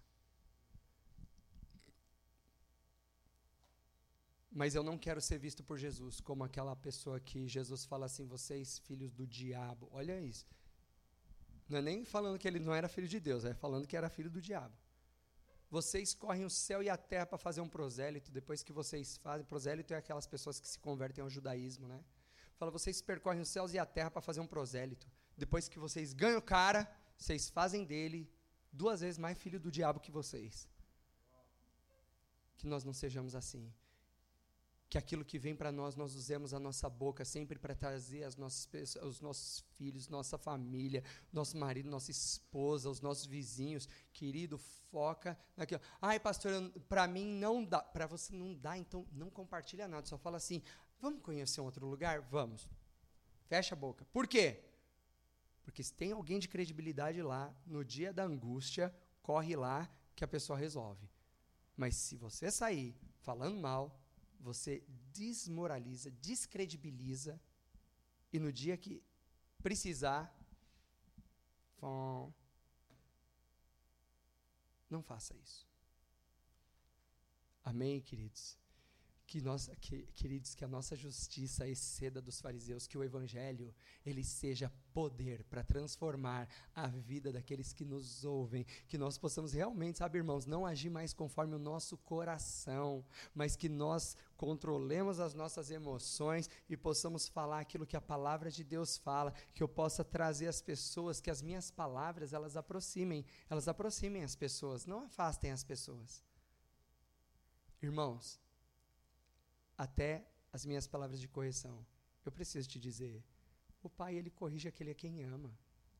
Mas eu não quero ser visto por Jesus como aquela pessoa que Jesus fala assim, vocês filhos do diabo. Olha isso. Não é nem falando que ele não era filho de Deus, é falando que era filho do diabo. Vocês correm o céu e a terra para fazer um prosélito, depois que vocês fazem, prosélito é aquelas pessoas que se convertem ao judaísmo, né? Fala, vocês percorrem os céus e a terra para fazer um prosélito. Depois que vocês ganham o cara, vocês fazem dele duas vezes mais filho do diabo que vocês. Que nós não sejamos assim. Que aquilo que vem para nós, nós usemos a nossa boca sempre para trazer as nossas pessoas, os nossos filhos, nossa família, nosso marido, nossa esposa, os nossos vizinhos. Querido, foca naquilo. Ai, pastor, para mim não dá. Para você não dá, então não compartilha nada. Só fala assim, vamos conhecer um outro lugar? Vamos. Fecha a boca. Por quê? Porque se tem alguém de credibilidade lá, no dia da angústia, corre lá que a pessoa resolve. Mas se você sair falando mal, você desmoraliza, descredibiliza, e no dia que precisar, fom, Não faça isso. Amém, queridos? Que nós, que, queridos, que a nossa justiça exceda dos fariseus, que o Evangelho, ele seja poder para transformar a vida daqueles que nos ouvem, que nós possamos realmente, sabe, irmãos, não agir mais conforme o nosso coração, mas que nós controlemos as nossas emoções e possamos falar aquilo que a palavra de Deus fala, que eu possa trazer as pessoas, que as minhas palavras, elas aproximem, elas aproximem as pessoas, não afastem as pessoas. Irmãos, até as minhas palavras de correção, eu preciso te dizer, o pai, ele corrige aquele a quem ama.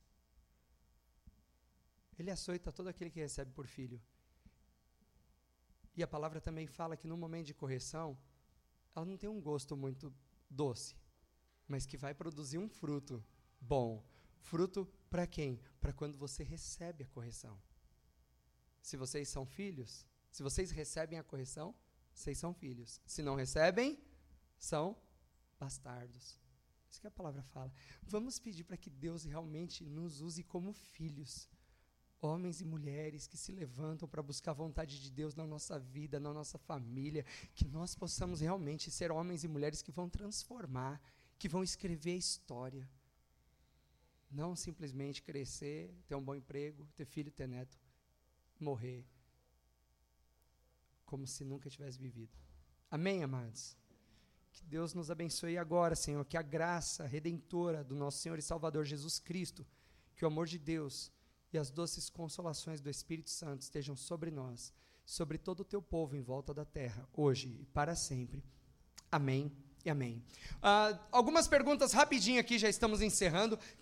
Ele açoita todo aquele que recebe por filho. E a palavra também fala que no momento de correção, ela não tem um gosto muito doce, mas que vai produzir um fruto bom. Fruto para quem? Para quando você recebe a correção. Se vocês são filhos, se vocês recebem a correção, vocês são filhos. Se não recebem, são bastardos. Isso que a palavra fala. Vamos pedir para que Deus realmente nos use como filhos. Homens e mulheres que se levantam para buscar a vontade de Deus na nossa vida, na nossa família. Que nós possamos realmente ser homens e mulheres que vão transformar, que vão escrever a história. Não simplesmente crescer, ter um bom emprego, ter filho, ter neto, morrer como se nunca tivesse vivido. Amém, amados? Que Deus nos abençoe agora, Senhor, que a graça redentora do nosso Senhor e Salvador Jesus Cristo, que o amor de Deus e as doces consolações do Espírito Santo estejam sobre nós, sobre todo o teu povo em volta da terra, hoje e para sempre. Amém e amém. Uh, algumas perguntas rapidinho aqui, já estamos encerrando.